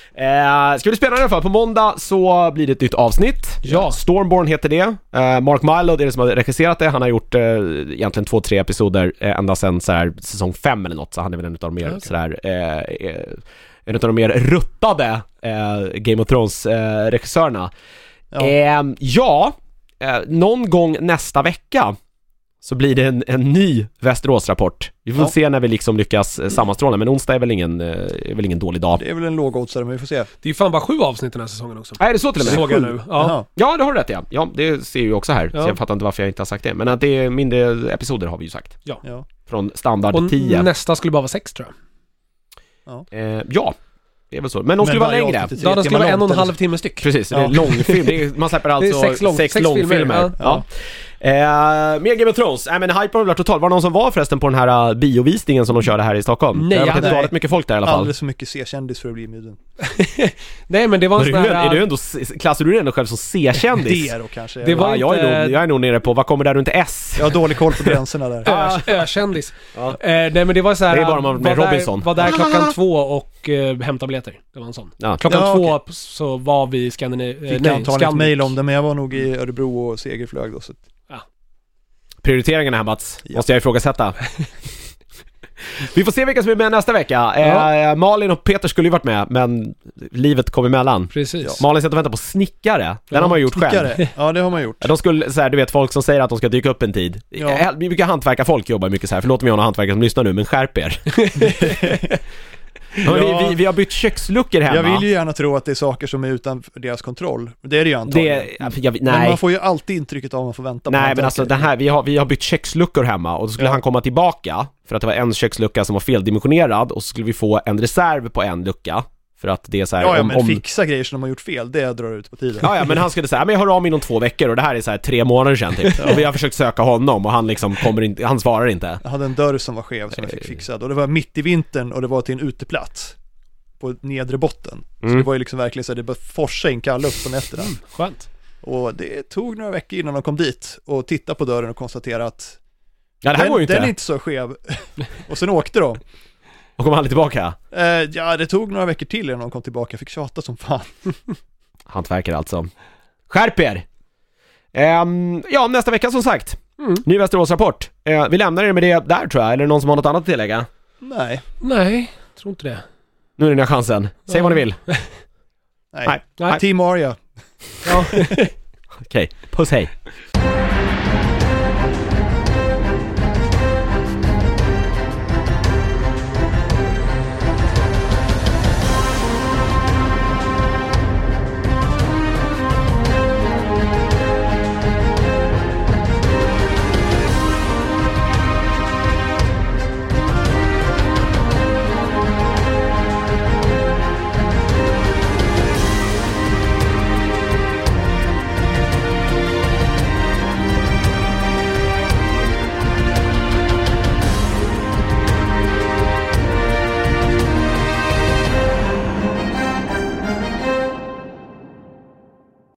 Ska vi spela i alla fall. På måndag så blir det ett nytt avsnitt. Stormborn heter det. Mark Mylod är det som har regisserat det. Han har gjort egentligen 2-3 episoder ända sedan så här, säsong 5 eller något. Så han är väl en av de mer sådär en av de mer ruttade Game of Thrones regissörerna. Någon gång nästa vecka så blir det en ny Västerås-rapport. Vi får se när vi liksom lyckas sammanstråla. Men onsdag är väl ingen dålig dag. Det är väl en lågoddsare, men vi får se. Det är ju fan bara 7 avsnitt den här säsongen också. Nej, är det så till och med? Såg jag nu. Ja, det har du rätt, ja. Det ser ju också här. Så jag fattar inte varför jag inte har sagt det. Men att det är mindre episoder har vi ju sagt. Ja. Från standard 10. Och nästa skulle bara vara 6 tror jag. Det är väl så. Men de skulle vara varje längre. avsnitt är Ja, de 3 skulle vara timmar 1,5 långt, timme styck. Precis, det är en långfilm. Man släpper alltså Det är sex sex långfilmer. långfilmer. Ja. Med Game of Thrones. Men hypen var total. Var det någon som var förresten på den här biovisningen som de körde här i Stockholm? Nej, Det har jag varit hade- galet mycket folk där i alla fall. Alldeles för mycket C-kändis för att bli inbjuden. Nej, men det var en Men sån är du här... ändå, klassar du dig ändå själv som C-kändis? Det då kanske. Det var Ja, inte- jag är nog nere på, vad kommer där runt S? Jag har dålig koll på gränserna där. Ökändis. Ja. Nej, men det var så här... Det är bara man med Robinson. Var där klockan 2 och hämta biljetter. Det var en sån. Ja. Klockan Ja, 2 så var vi i Fick Skandinavien. antagligen ett mejl om det, men jag var nog i Örebro och segerflög då. Så. Prioriteringarna här, Mats, Ja. måste jag ifrågasätta. Vi får se vilka som är med nästa vecka. Ja. Malin och Peter skulle ju varit med, men livet kom emellan. Precis. Malin sitter och väntar på snickare. Den har man gjort själv. Snickare. Ja, det har man gjort. De skulle, så här, du vet, folk som säger att de ska dyka upp en tid. Ja. Mycket hantverkarfolk jobbar mycket så här. Förlåt mig om någon hantverkare som lyssnar nu, men skärp er. Ja. Vi har bytt köksluckor hemma. Jag vill ju gärna tro att det är saker som är utanför deras kontroll. Det är det ju antagligen. Men Nej. man får ju alltid intrycket av att man får vänta på Nej, men hantverkare. alltså det här, vi har bytt köksluckor hemma och då skulle Ja. han komma tillbaka för att det var en kökslucka som var feldimensionerad och så skulle vi få en reserv på en lucka för att det är så här Ja, men fixa grejer som de har gjort fel, det drar ut på tiden. Ja, men han skulle säga, men jag hör av mig inom 2 veckor och det här är så här 3 månader sedan typ. Och vi har försökt söka honom och han liksom kommer inte, han svarar inte. Jag hade en dörr som var skev som jag fick fixad och det var mitt i vintern och det var till en uteplats på nedre botten. Så det var ju liksom verkligen så här, det bara forsa in kall luft på nätterna. Skönt. Och det tog några veckor innan de kom dit och tittade på dörren och konstaterade att Ja, det här går ju inte. den är inte så skev. Och sen åkte de. Och kommer aldrig tillbaka. Ja, det tog några veckor till innan de kom tillbaka. Jag fick tjata som fan. Hantverkare alltså. Skärp er! Ja, nästa vecka som sagt. Ny Västeråsrapport. Vi lämnar er med det där tror jag. Eller någon som har något annat att tillägga? Nej, tror inte det. Nu är den här chansen. Säg vad ni vill. Nej. Nej. Team Aria. Ja. Okej, puss hej.